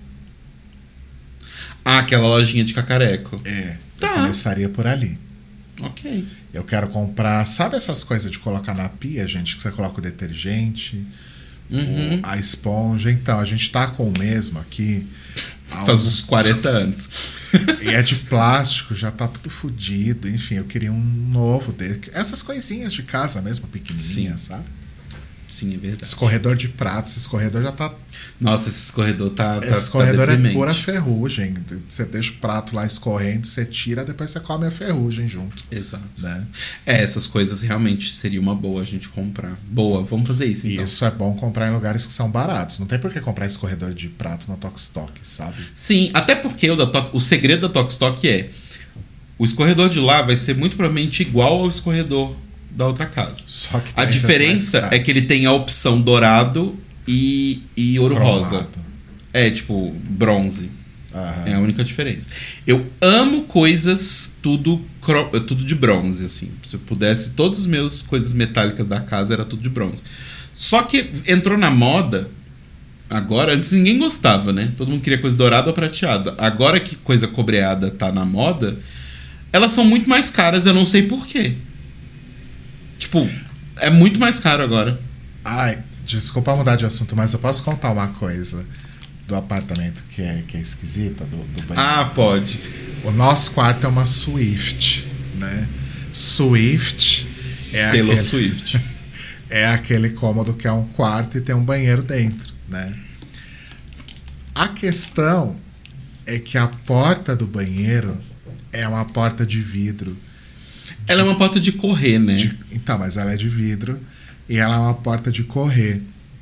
Ah, aquela lojinha de cacareco. É, tá. Eu começaria por ali. Ok. Eu quero comprar, sabe essas coisas de colocar na pia, gente? Que você coloca o detergente, uhum. o, a esponja. Então, a gente tá com o mesmo aqui. Faz uns quarenta anos. E é de plástico, já tá tudo fodido. Enfim, eu queria um novo dele. Essas coisinhas de casa mesmo, pequenininhas, Sim. sabe? Sim, é verdade. Escorredor de prato, esse escorredor já tá... Nossa, esse escorredor tá. Esse tá, escorredor tá é pura ferrugem. Você deixa o prato lá escorrendo, você tira, depois você come a ferrugem junto. Exato. Né? É, essas coisas realmente seria uma boa a gente comprar. Boa, vamos fazer isso então. Isso é bom comprar em lugares que são baratos. Não tem por que comprar escorredor de prato na Tokstok, sabe? Sim, até porque o, da Tok, o segredo da Tokstok é: o escorredor de lá vai ser muito provavelmente igual ao escorredor da outra casa. Só que a diferença é que ele tem a opção dourado e, e ouro Cromado. rosa. É, tipo, bronze. Aham. É a única diferença. Eu amo coisas tudo, cro- tudo de bronze, assim. Se eu pudesse, todas as minhas coisas metálicas da casa era tudo de bronze. Só que entrou na moda. Agora, antes ninguém gostava, né? Todo mundo queria coisa dourada ou prateada. Agora que coisa cobreada tá na moda, elas são muito mais caras, eu não sei porquê. Tipo, é muito mais caro agora. Ai, desculpa mudar de assunto, mas eu posso contar uma coisa do apartamento que é, que é esquisita, do, do banheiro? Ah, pode. O nosso quarto é uma Swift, né? Swift é Taylor aquele, Swift. é aquele cômodo que é um quarto e tem um banheiro dentro, né? A questão é que a porta do banheiro é uma porta de vidro. Ela é uma porta de correr, né? De- então, mas ela é de vidro e ela é uma porta de correr.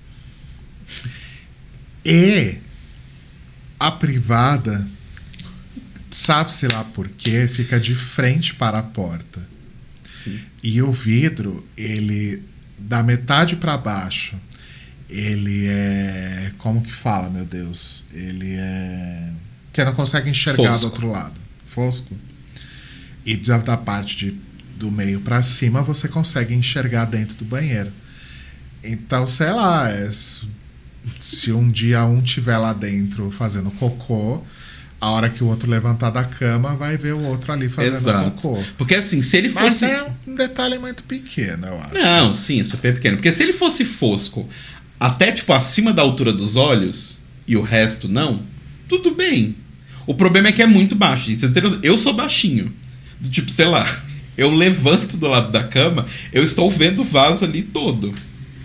E a privada, sabe-se lá por quê, fica de frente para a porta. Sim. E o vidro, ele, da metade para baixo, ele é... Como que fala, meu Deus? Ele é... Você não consegue enxergar Fosco. do outro lado. Fosco. E da, da parte de, do meio para cima, você consegue enxergar dentro do banheiro. Então, sei lá, é, se se um dia um tiver lá dentro fazendo cocô, a hora que o outro levantar da cama, vai ver o outro ali fazendo Exato. cocô. Porque assim, se ele Mas fosse. é um detalhe muito pequeno, eu acho. Não, sim, é super pequeno. Porque se ele fosse fosco até, tipo, acima da altura dos olhos e o resto não, tudo bem. O problema é que é muito baixo, gente. Vocês terem noção, eu sou baixinho. Do tipo, sei lá, eu levanto do lado da cama, eu estou vendo o vaso ali todo.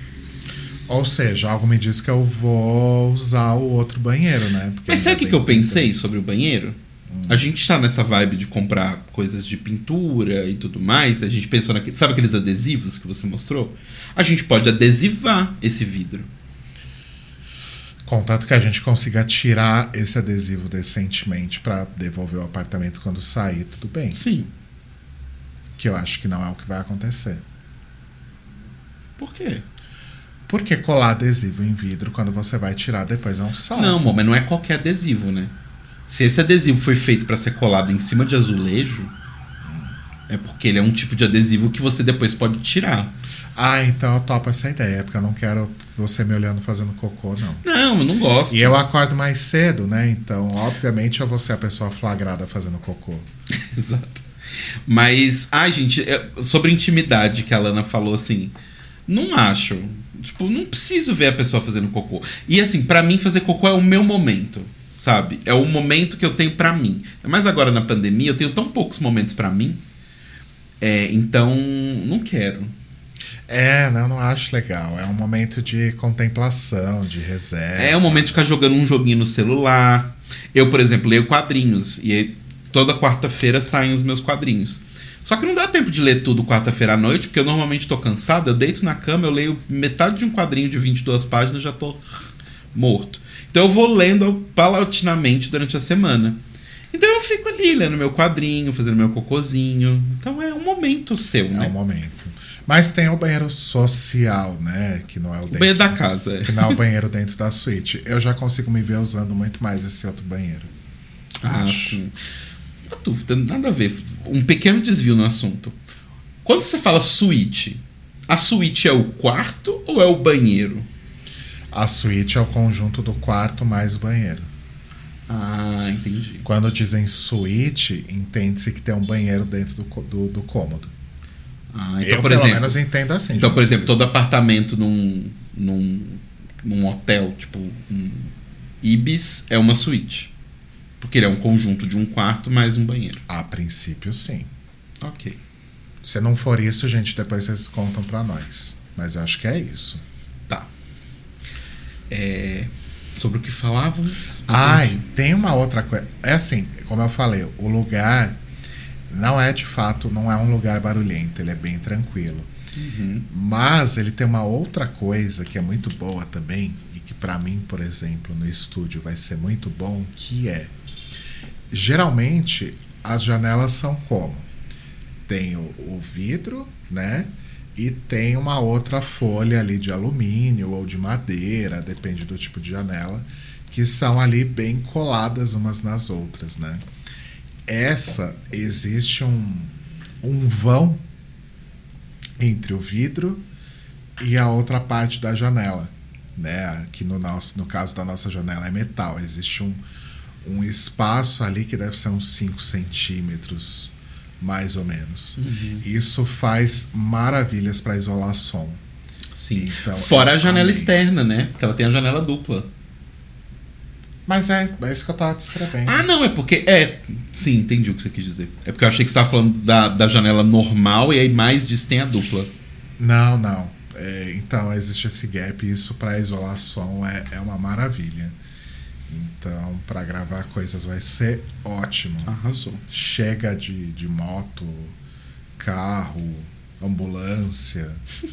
Ou seja, algo me diz que eu vou usar o outro banheiro, né? Porque Mas sabe o que, ainda que eu tem pensei isso. sobre o banheiro? A gente tá nessa vibe de comprar coisas de pintura e tudo mais. A gente pensou naquele. Sabe aqueles adesivos que você mostrou? A gente pode adesivar esse vidro. Contanto que a gente consiga tirar esse adesivo decentemente pra devolver o apartamento quando sair, tudo bem. Sim. Que eu acho que não é o que vai acontecer. Por quê? Porque colar adesivo em vidro quando você vai tirar depois é um saco. Não, amor, mas não é qualquer adesivo, né? Se esse adesivo foi feito pra ser colado em cima de azulejo, é porque ele é um tipo de adesivo que você depois pode tirar. Ah, então eu topo essa ideia, porque eu não quero você me olhando fazendo cocô, não. Não, eu não gosto. E eu acordo mais cedo, né? Então, obviamente, eu vou ser a pessoa flagrada fazendo cocô. Exato. Mas, ai, gente, é- sobre intimidade que a Lana falou assim, não acho. Tipo, não preciso ver a pessoa fazendo cocô. E assim, pra mim fazer cocô é o meu momento, sabe? É o momento que eu tenho pra mim. Mas agora na pandemia eu tenho tão poucos momentos pra mim. É, então, não quero. É, não, não acho legal. É um momento de contemplação, de reserva. É o momento de ficar jogando um joguinho no celular. Eu, por exemplo, leio quadrinhos. E aí, toda quarta-feira saem os meus quadrinhos. Só que não dá tempo de ler tudo quarta-feira à noite, porque eu normalmente tô cansado, eu deito na cama, eu leio metade de um quadrinho de vinte e duas páginas e já tô morto. Então eu vou lendo paulatinamente durante a semana. Então eu fico ali lendo meu quadrinho, fazendo meu cocôzinho. Então é um momento seu, É né? um momento. Mas tem o banheiro social, né? Que não é o, O dentro, banheiro da casa. É. que não é o banheiro dentro da suíte. Eu já consigo me ver usando muito mais esse outro banheiro. Ah, Acho. sim. Uma dúvida, nada a ver. Um pequeno desvio no assunto. Quando você fala suíte, a suíte é o quarto ou é o banheiro? A suíte é o conjunto do quarto mais o banheiro. Ah, entendi. Quando dizem suíte, entende-se que tem um banheiro dentro do, co- do, do cômodo. Ah, então, eu, por pelo exemplo, menos, entendo assim. então, por gente. exemplo, todo apartamento num, num, num hotel, tipo um Ibis, é uma suíte. Porque ele é um conjunto de um quarto mais um banheiro. A princípio, sim. Ok. Se não for isso, gente, depois vocês contam pra nós. Mas eu acho que é isso. Tá. É, sobre o que falávamos? Ai, tem uma outra coisa. É assim, como eu falei, o lugar não é de fato, não é um lugar barulhento, ele é bem tranquilo. Uhum. Mas ele tem uma outra coisa que é muito boa também, e que pra mim, por exemplo, no estúdio vai ser muito bom, que é, geralmente as janelas são como? Tem o, o vidro, né? E tem uma outra folha ali de alumínio ou de madeira, depende do tipo de janela, que são ali bem coladas umas nas outras, né? Essa, existe um, um vão entre o vidro e a outra parte da janela, né? Que no, nosso, no caso da nossa janela é metal. Existe um, um espaço ali que deve ser uns cinco centímetros, mais ou menos. Uhum. Isso faz maravilhas para isolar som. Sim. Então, fora a janela amei. Externa, né? Porque ela tem a janela dupla. Mas é, é isso que eu tava descrevendo. Ah, não, é porque... É, sim, entendi o que você quis dizer. É porque eu achei que você estava falando da, da janela normal e aí mais disso tem a dupla. Não, não. É, então, existe esse gap e isso para isolar som é, é uma maravilha. Então, para gravar coisas vai ser ótimo. Arrasou. Chega de, de moto, carro, ambulância.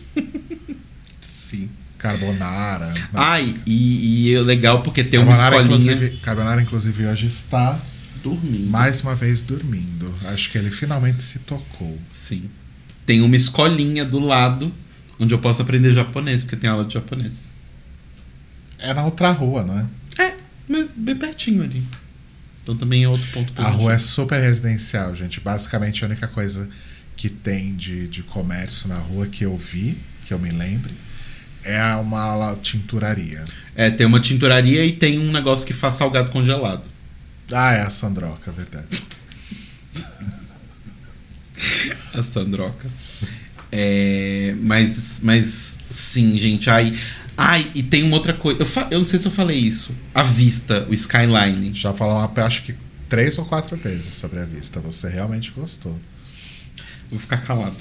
Sim. Carbonara. Ai, e, e é legal porque tem Carbonara, uma escolinha. Inclusive, Carbonara, inclusive, hoje está dormindo. Mais uma vez dormindo. Acho que ele finalmente se tocou. Sim. Tem uma escolinha do lado onde eu posso aprender japonês, porque tem aula de japonês. É na outra rua, não é? É, mas bem pertinho ali. Então também é outro ponto positivo. A rua é super residencial, gente. Basicamente a única coisa que tem de, de comércio na rua que eu vi, que eu me lembre, é uma tinturaria. É, tem uma tinturaria e tem um negócio que faz salgado congelado. Ah, é a Sandroca, verdade. A Sandroca. É, mas, mas sim, gente. Ai, ai, e tem uma outra coisa. Eu, fa, eu não sei se eu falei isso. A vista, o skyline. Já falou, acho que três ou quatro vezes sobre a vista. Você realmente gostou. Vou ficar calado.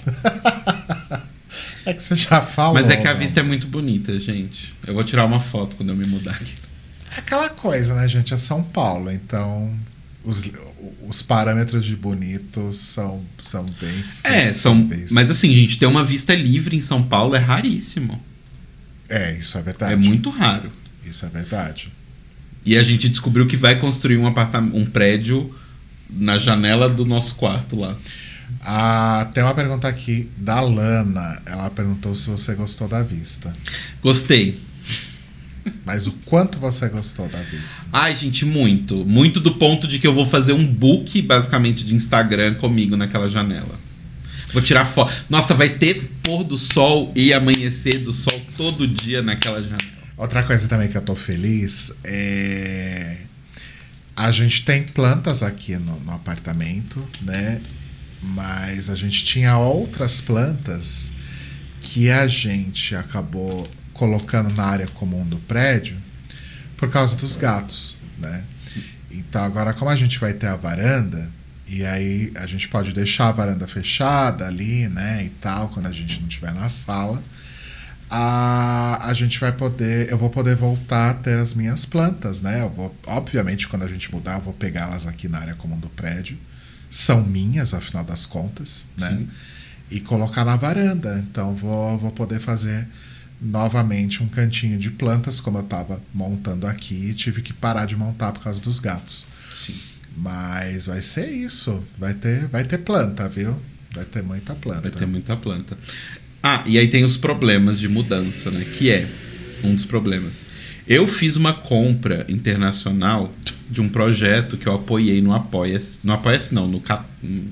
É que você já falou. Mas é que a não. vista é muito bonita, gente. Eu vou tirar uma foto quando eu me mudar aqui. É aquela coisa, né, gente? É São Paulo, então os, os parâmetros de bonito são, são bem É, são. Mas assim, gente, ter uma vista livre em São Paulo é raríssimo. É, isso é verdade. É muito raro. Isso é verdade. E a gente descobriu que vai construir um apartamento, um prédio na janela do nosso quarto lá. Ah, tem uma pergunta aqui da Lana. Ela perguntou se você gostou da vista. Gostei. Mas o quanto você gostou da vista? Ai, gente, muito. Muito do ponto de que eu vou fazer um book, basicamente, de Instagram comigo naquela janela. Vou tirar foto. Nossa, vai ter pôr do sol e amanhecer do sol todo dia naquela janela. Outra coisa também que eu tô feliz é... A gente tem plantas aqui no, no apartamento, né? Mas a gente tinha outras plantas que a gente acabou colocando na área comum do prédio por causa dos gatos, né? Sim. Então agora, como a gente vai ter a varanda, e aí a gente pode deixar a varanda fechada ali, né, e tal, quando a gente não estiver na sala, a, a gente vai poder, eu vou poder voltar a ter as minhas plantas, né? Eu vou, obviamente, quando a gente mudar, eu vou pegá-las aqui na área comum do prédio. São minhas, afinal das contas, né? Sim. E colocar na varanda. Então vou, vou poder fazer novamente um cantinho de plantas, como eu estava montando aqui, e tive que parar de montar por causa dos gatos. Sim. Mas vai ser isso. Vai ter, vai ter planta, viu? Vai ter muita planta. Vai ter muita planta. Ah, e aí tem os problemas de mudança, né? Que é um dos problemas. Eu fiz uma compra internacional de um projeto que eu apoiei no Apoia-se. No Apoia-se não, no, no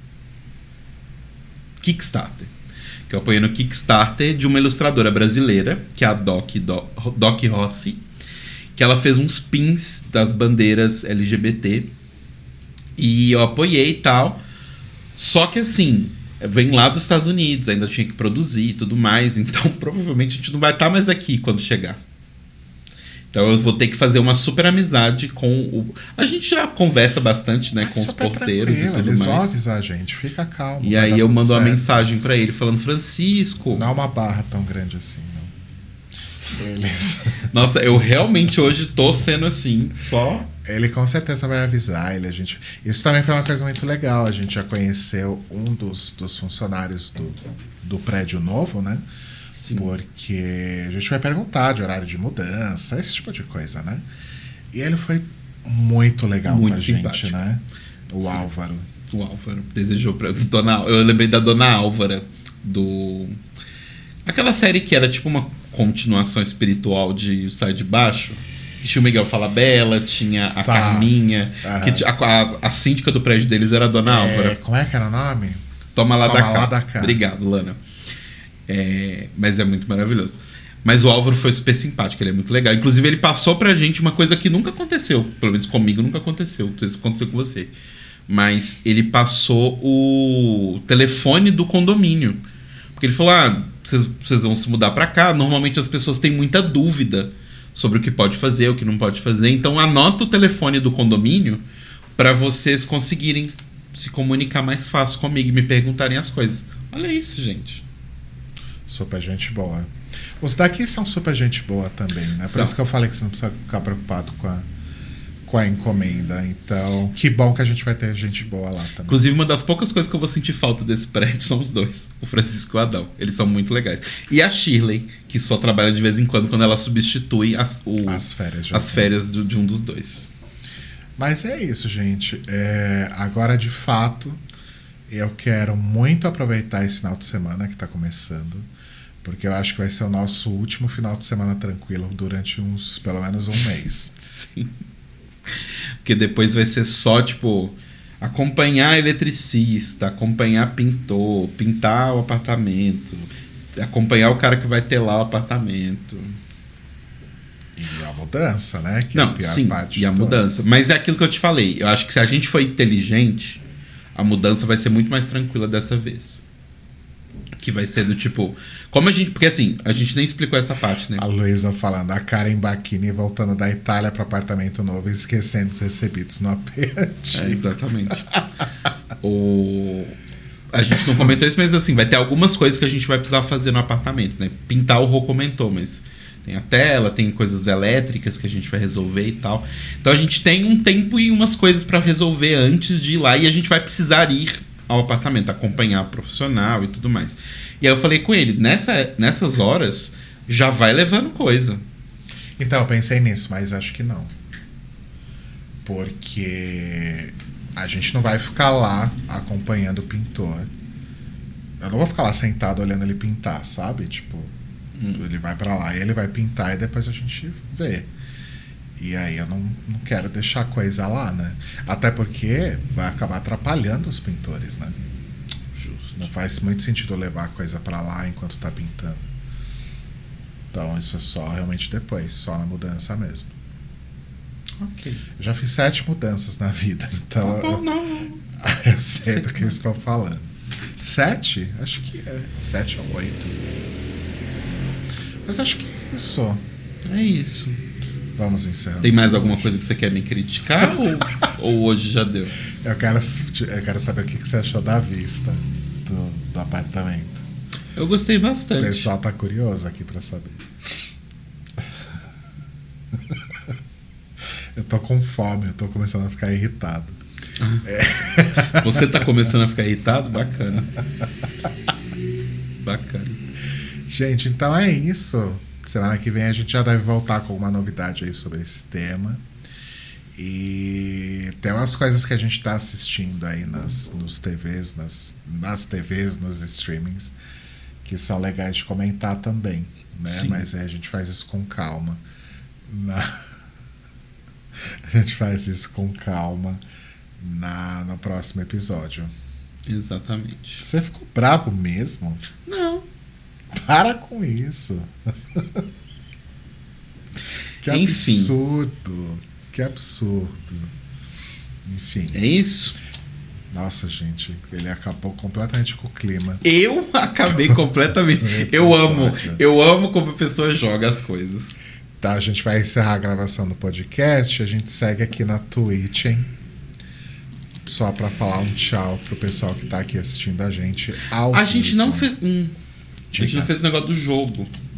Kickstarter. Que eu apoiei no Kickstarter de uma ilustradora brasileira, que é a Doc, Doc, Doc Rossi, que ela fez uns pins das bandeiras L G B T. E eu apoiei e tal. Só que assim, vem lá dos Estados Unidos, ainda tinha que produzir e tudo mais. Então provavelmente a gente não vai estar mais aqui quando chegar. Então eu vou ter que fazer uma super amizade com o... A gente já conversa bastante, né, Mas com os porteiros e tudo eles mais. Vão avisar a gente, fica calmo. E aí eu mando uma mensagem pra ele falando, Francisco... Não é uma barra tão grande assim, não. Eles... Nossa, eu realmente hoje tô sendo assim, só... Ele com certeza vai avisar ele. A gente... Isso também foi uma coisa muito legal. A gente já conheceu um dos, dos funcionários do, do prédio novo, né? Sim. Porque a gente vai perguntar de horário de mudança, esse tipo de coisa, né? E ele foi muito legal muito com a simpático. gente, né? O Sim. Álvaro. O Álvaro desejou pra... Dona... Eu lembrei da Dona Álvara, do... Aquela série que era tipo uma continuação espiritual de Sai de Baixo. Que tinha o Miguel Falabella, tinha a Tá. Carminha. Aham. Que a, a, a síndica do prédio deles era a Dona É, Álvara. como é que era o nome? Toma lá, Toma da, cá. lá da cá. Obrigado, Lana. É, mas é muito maravilhoso. Mas o Álvaro foi super simpático, ele é muito legal. Inclusive, ele passou pra gente uma coisa que nunca aconteceu. Pelo menos comigo nunca aconteceu. Não sei se aconteceu com você. Mas ele passou o telefone do condomínio. Porque ele falou: ah, vocês, vocês vão se mudar pra cá. Normalmente as pessoas têm muita dúvida sobre o que pode fazer, o que não pode fazer. Então anota o telefone do condomínio pra vocês conseguirem se comunicar mais fácil comigo e me perguntarem as coisas. Olha isso, gente. Super gente boa. Os daqui são super gente boa também, né? Por São. isso que eu falei que você não precisa ficar preocupado com a, com a encomenda. Então, que bom que a gente vai ter gente boa lá também. Inclusive, uma das poucas coisas que eu vou sentir falta desse prédio são os dois, o Francisco e o Adão. Eles são muito legais. E a Shirley, que só trabalha de vez em quando, quando ela substitui as, o, As férias de as alguém. férias do- de um dos dois. Mas é isso, gente. É, agora, de fato, eu quero muito aproveitar esse final de semana que tá começando. Porque eu acho que vai ser o nosso último final de semana tranquilo durante uns, pelo menos um mês. Sim. Porque depois vai ser só, tipo, acompanhar eletricista, acompanhar pintor, pintar o apartamento, acompanhar o cara que vai ter lá o apartamento. E a mudança, né? Que é Não, a pior sim, parte e a de todas. mudança. Mas é aquilo que eu te falei. Eu acho que se a gente for inteligente, a mudança vai ser muito mais tranquila dessa vez. Que vai ser do tipo... Como a gente... Porque assim, a gente nem explicou essa parte, né? A Luísa falando, a Karen Bacchini voltando da Itália para apartamento novo e esquecendo os recebidos no A P antigo. É, exatamente. o... A gente não comentou isso, mas assim, vai ter algumas coisas que a gente vai precisar fazer no apartamento, né? Pintar o Rô comentou, mas tem a tela, tem coisas elétricas que a gente vai resolver e tal. Então a gente tem um tempo e umas coisas para resolver antes de ir lá e a gente vai precisar ir ao apartamento, acompanhar o profissional e tudo mais. E aí eu falei com ele, nessa, nessas horas, já vai levando coisa. Então, eu pensei nisso, mas acho que não. Porque a gente não vai ficar lá acompanhando o pintor. Eu não vou ficar lá sentado olhando ele pintar, sabe? Tipo, hum. ele vai pra lá e ele vai pintar e depois a gente vê. E aí eu não, não quero deixar coisa lá, né? Até porque vai acabar atrapalhando os pintores, né? Justo. Não faz muito sentido eu levar a coisa pra lá enquanto tá pintando. Então isso é só realmente depois, só na mudança mesmo. Ok. Eu já fiz sete mudanças na vida, então Tá bom, eu, não, não. eu sei do que eu estou falando. Sete? Acho que é. Sete ou oito. Mas acho que é isso. É isso. Vamos encerrando. Tem mais alguma coisa que você quer me criticar ou, ou hoje já deu? Eu quero, eu quero saber o que você achou da vista do, do apartamento. Eu gostei O bastante. pessoal tá curioso aqui pra saber. Eu tô com fome, eu tô começando a ficar irritado. Ah. É. Você tá começando a ficar irritado? Bacana. Bacana. Gente, então é isso. Semana que vem a gente já deve voltar com alguma novidade aí sobre esse tema. E tem umas coisas que a gente tá assistindo aí nas, nos T Vs, nas, nas T Vs, nos streamings, que são legais de comentar também, né? Sim. Mas aí a gente faz isso com calma. Na... A gente faz isso com calma na, no próximo episódio. Exatamente. Você ficou bravo mesmo? Não. Para com isso. Que Enfim. absurdo. Que absurdo. Enfim. É isso? Nossa, gente, ele acabou completamente com o clima. Eu acabei completamente. Eu amo. Eu amo como a pessoa joga as coisas. Tá, a gente vai encerrar a gravação do podcast. A gente segue aqui na Twitch, hein? Só pra falar um tchau pro pessoal que tá aqui assistindo a gente ao A gente vivo. não fez. Hum, a gente Diga. não fez o negócio do jogo.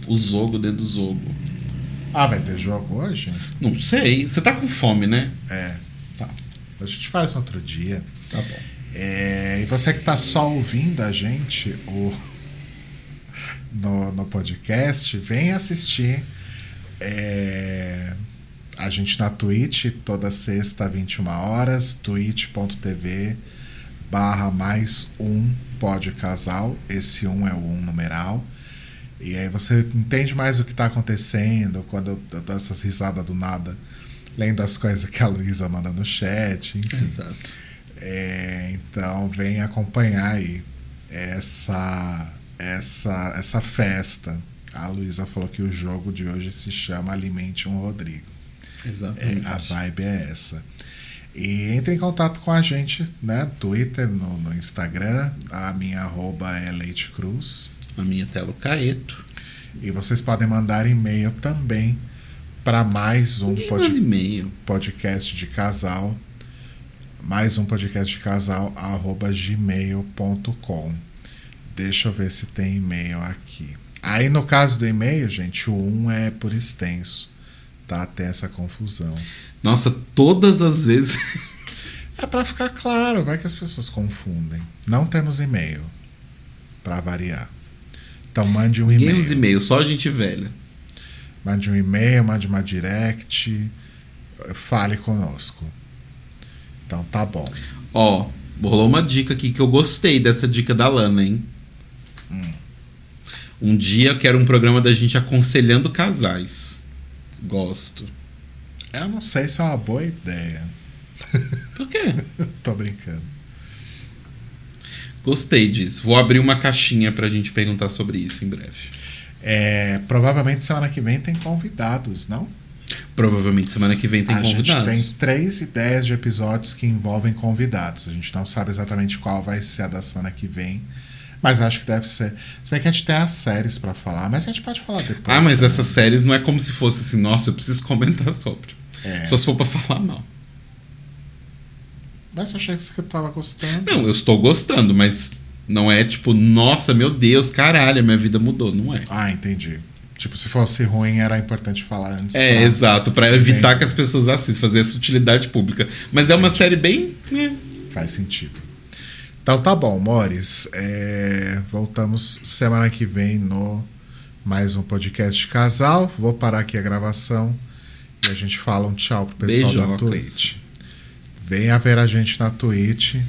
O Zogo dentro do Zogo. Ah, vai ter jogo hoje? Não sei. Você tá com fome, né? É. Tá. A gente faz no outro dia. Tá bom. É, e você que tá só ouvindo a gente o, no, no podcast, vem assistir é, a gente na Twitch toda sexta, vinte e uma horas, twitch.tv barra mais um podcasal. Esse um é o um numeral. E aí você entende mais o que tá acontecendo quando eu, eu dou essas risadas do nada, lendo as coisas que a Luísa manda no chat. Enfim. Exato. É, então vem acompanhar aí essa, essa, essa festa. A Luísa falou que o jogo de hoje se chama Alimente um Rodrigo. Exatamente. É, a vibe é essa. E entre em contato com a gente, né? Twitter, no, no Instagram. A minha arroba é Leite Cruz. A minha tela Caeto. E vocês podem mandar e-mail também para mais um pod- e-mail. podcast de casal. Mais um podcast de casal, arroba gmail ponto com. Deixa eu ver se tem e-mail aqui. Aí no caso do e-mail, gente, o um é por extenso, tá? Tem essa confusão. Nossa, todas as vezes. É pra ficar claro, vai que as pessoas confundem. Não temos e-mail, pra variar. Então mande um Ninguém e-mail. usa e-mail, só gente velha. Mande um e-mail, mande uma direct, fale conosco. Então tá bom. Ó, rolou uma dica aqui que eu gostei dessa dica da Lana, hein? Hum. Um dia eu quero um programa da gente aconselhando casais. Gosto. Eu não sei se é uma boa ideia. Por quê? Tô brincando. Gostei disso. Vou abrir uma caixinha pra gente perguntar sobre isso em breve. É, provavelmente semana que vem tem convidados, não? Provavelmente semana que vem tem a convidados. gente tem três ideias de episódios que envolvem convidados. A gente não sabe exatamente qual vai ser a da semana que vem, mas acho que deve ser. Se bem que a gente tem as séries pra falar, mas a gente pode falar depois. Ah, mas também. essas séries não é como se fosse assim, nossa, eu preciso comentar sobre. É. Só se for pra falar mal. Mas eu achei que você tava gostando. Não, eu estou gostando, mas não é tipo, nossa, meu Deus, caralho, a minha vida mudou. Não é. Ah, entendi. Tipo, se fosse ruim, era importante falar antes. É, pra... exato, pra evitar Entendi. que as pessoas assistam, fazer essa utilidade pública. Mas é uma série bem. Né? Faz sentido. Então tá bom, Mores. É, voltamos semana que vem no mais um podcast de casal. Vou parar aqui a gravação e a gente fala um tchau pro pessoal da Beijocas. Twitch. Venha ver a gente na Twitch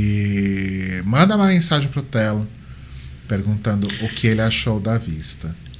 e manda uma mensagem pro Telo perguntando o que ele achou da vista.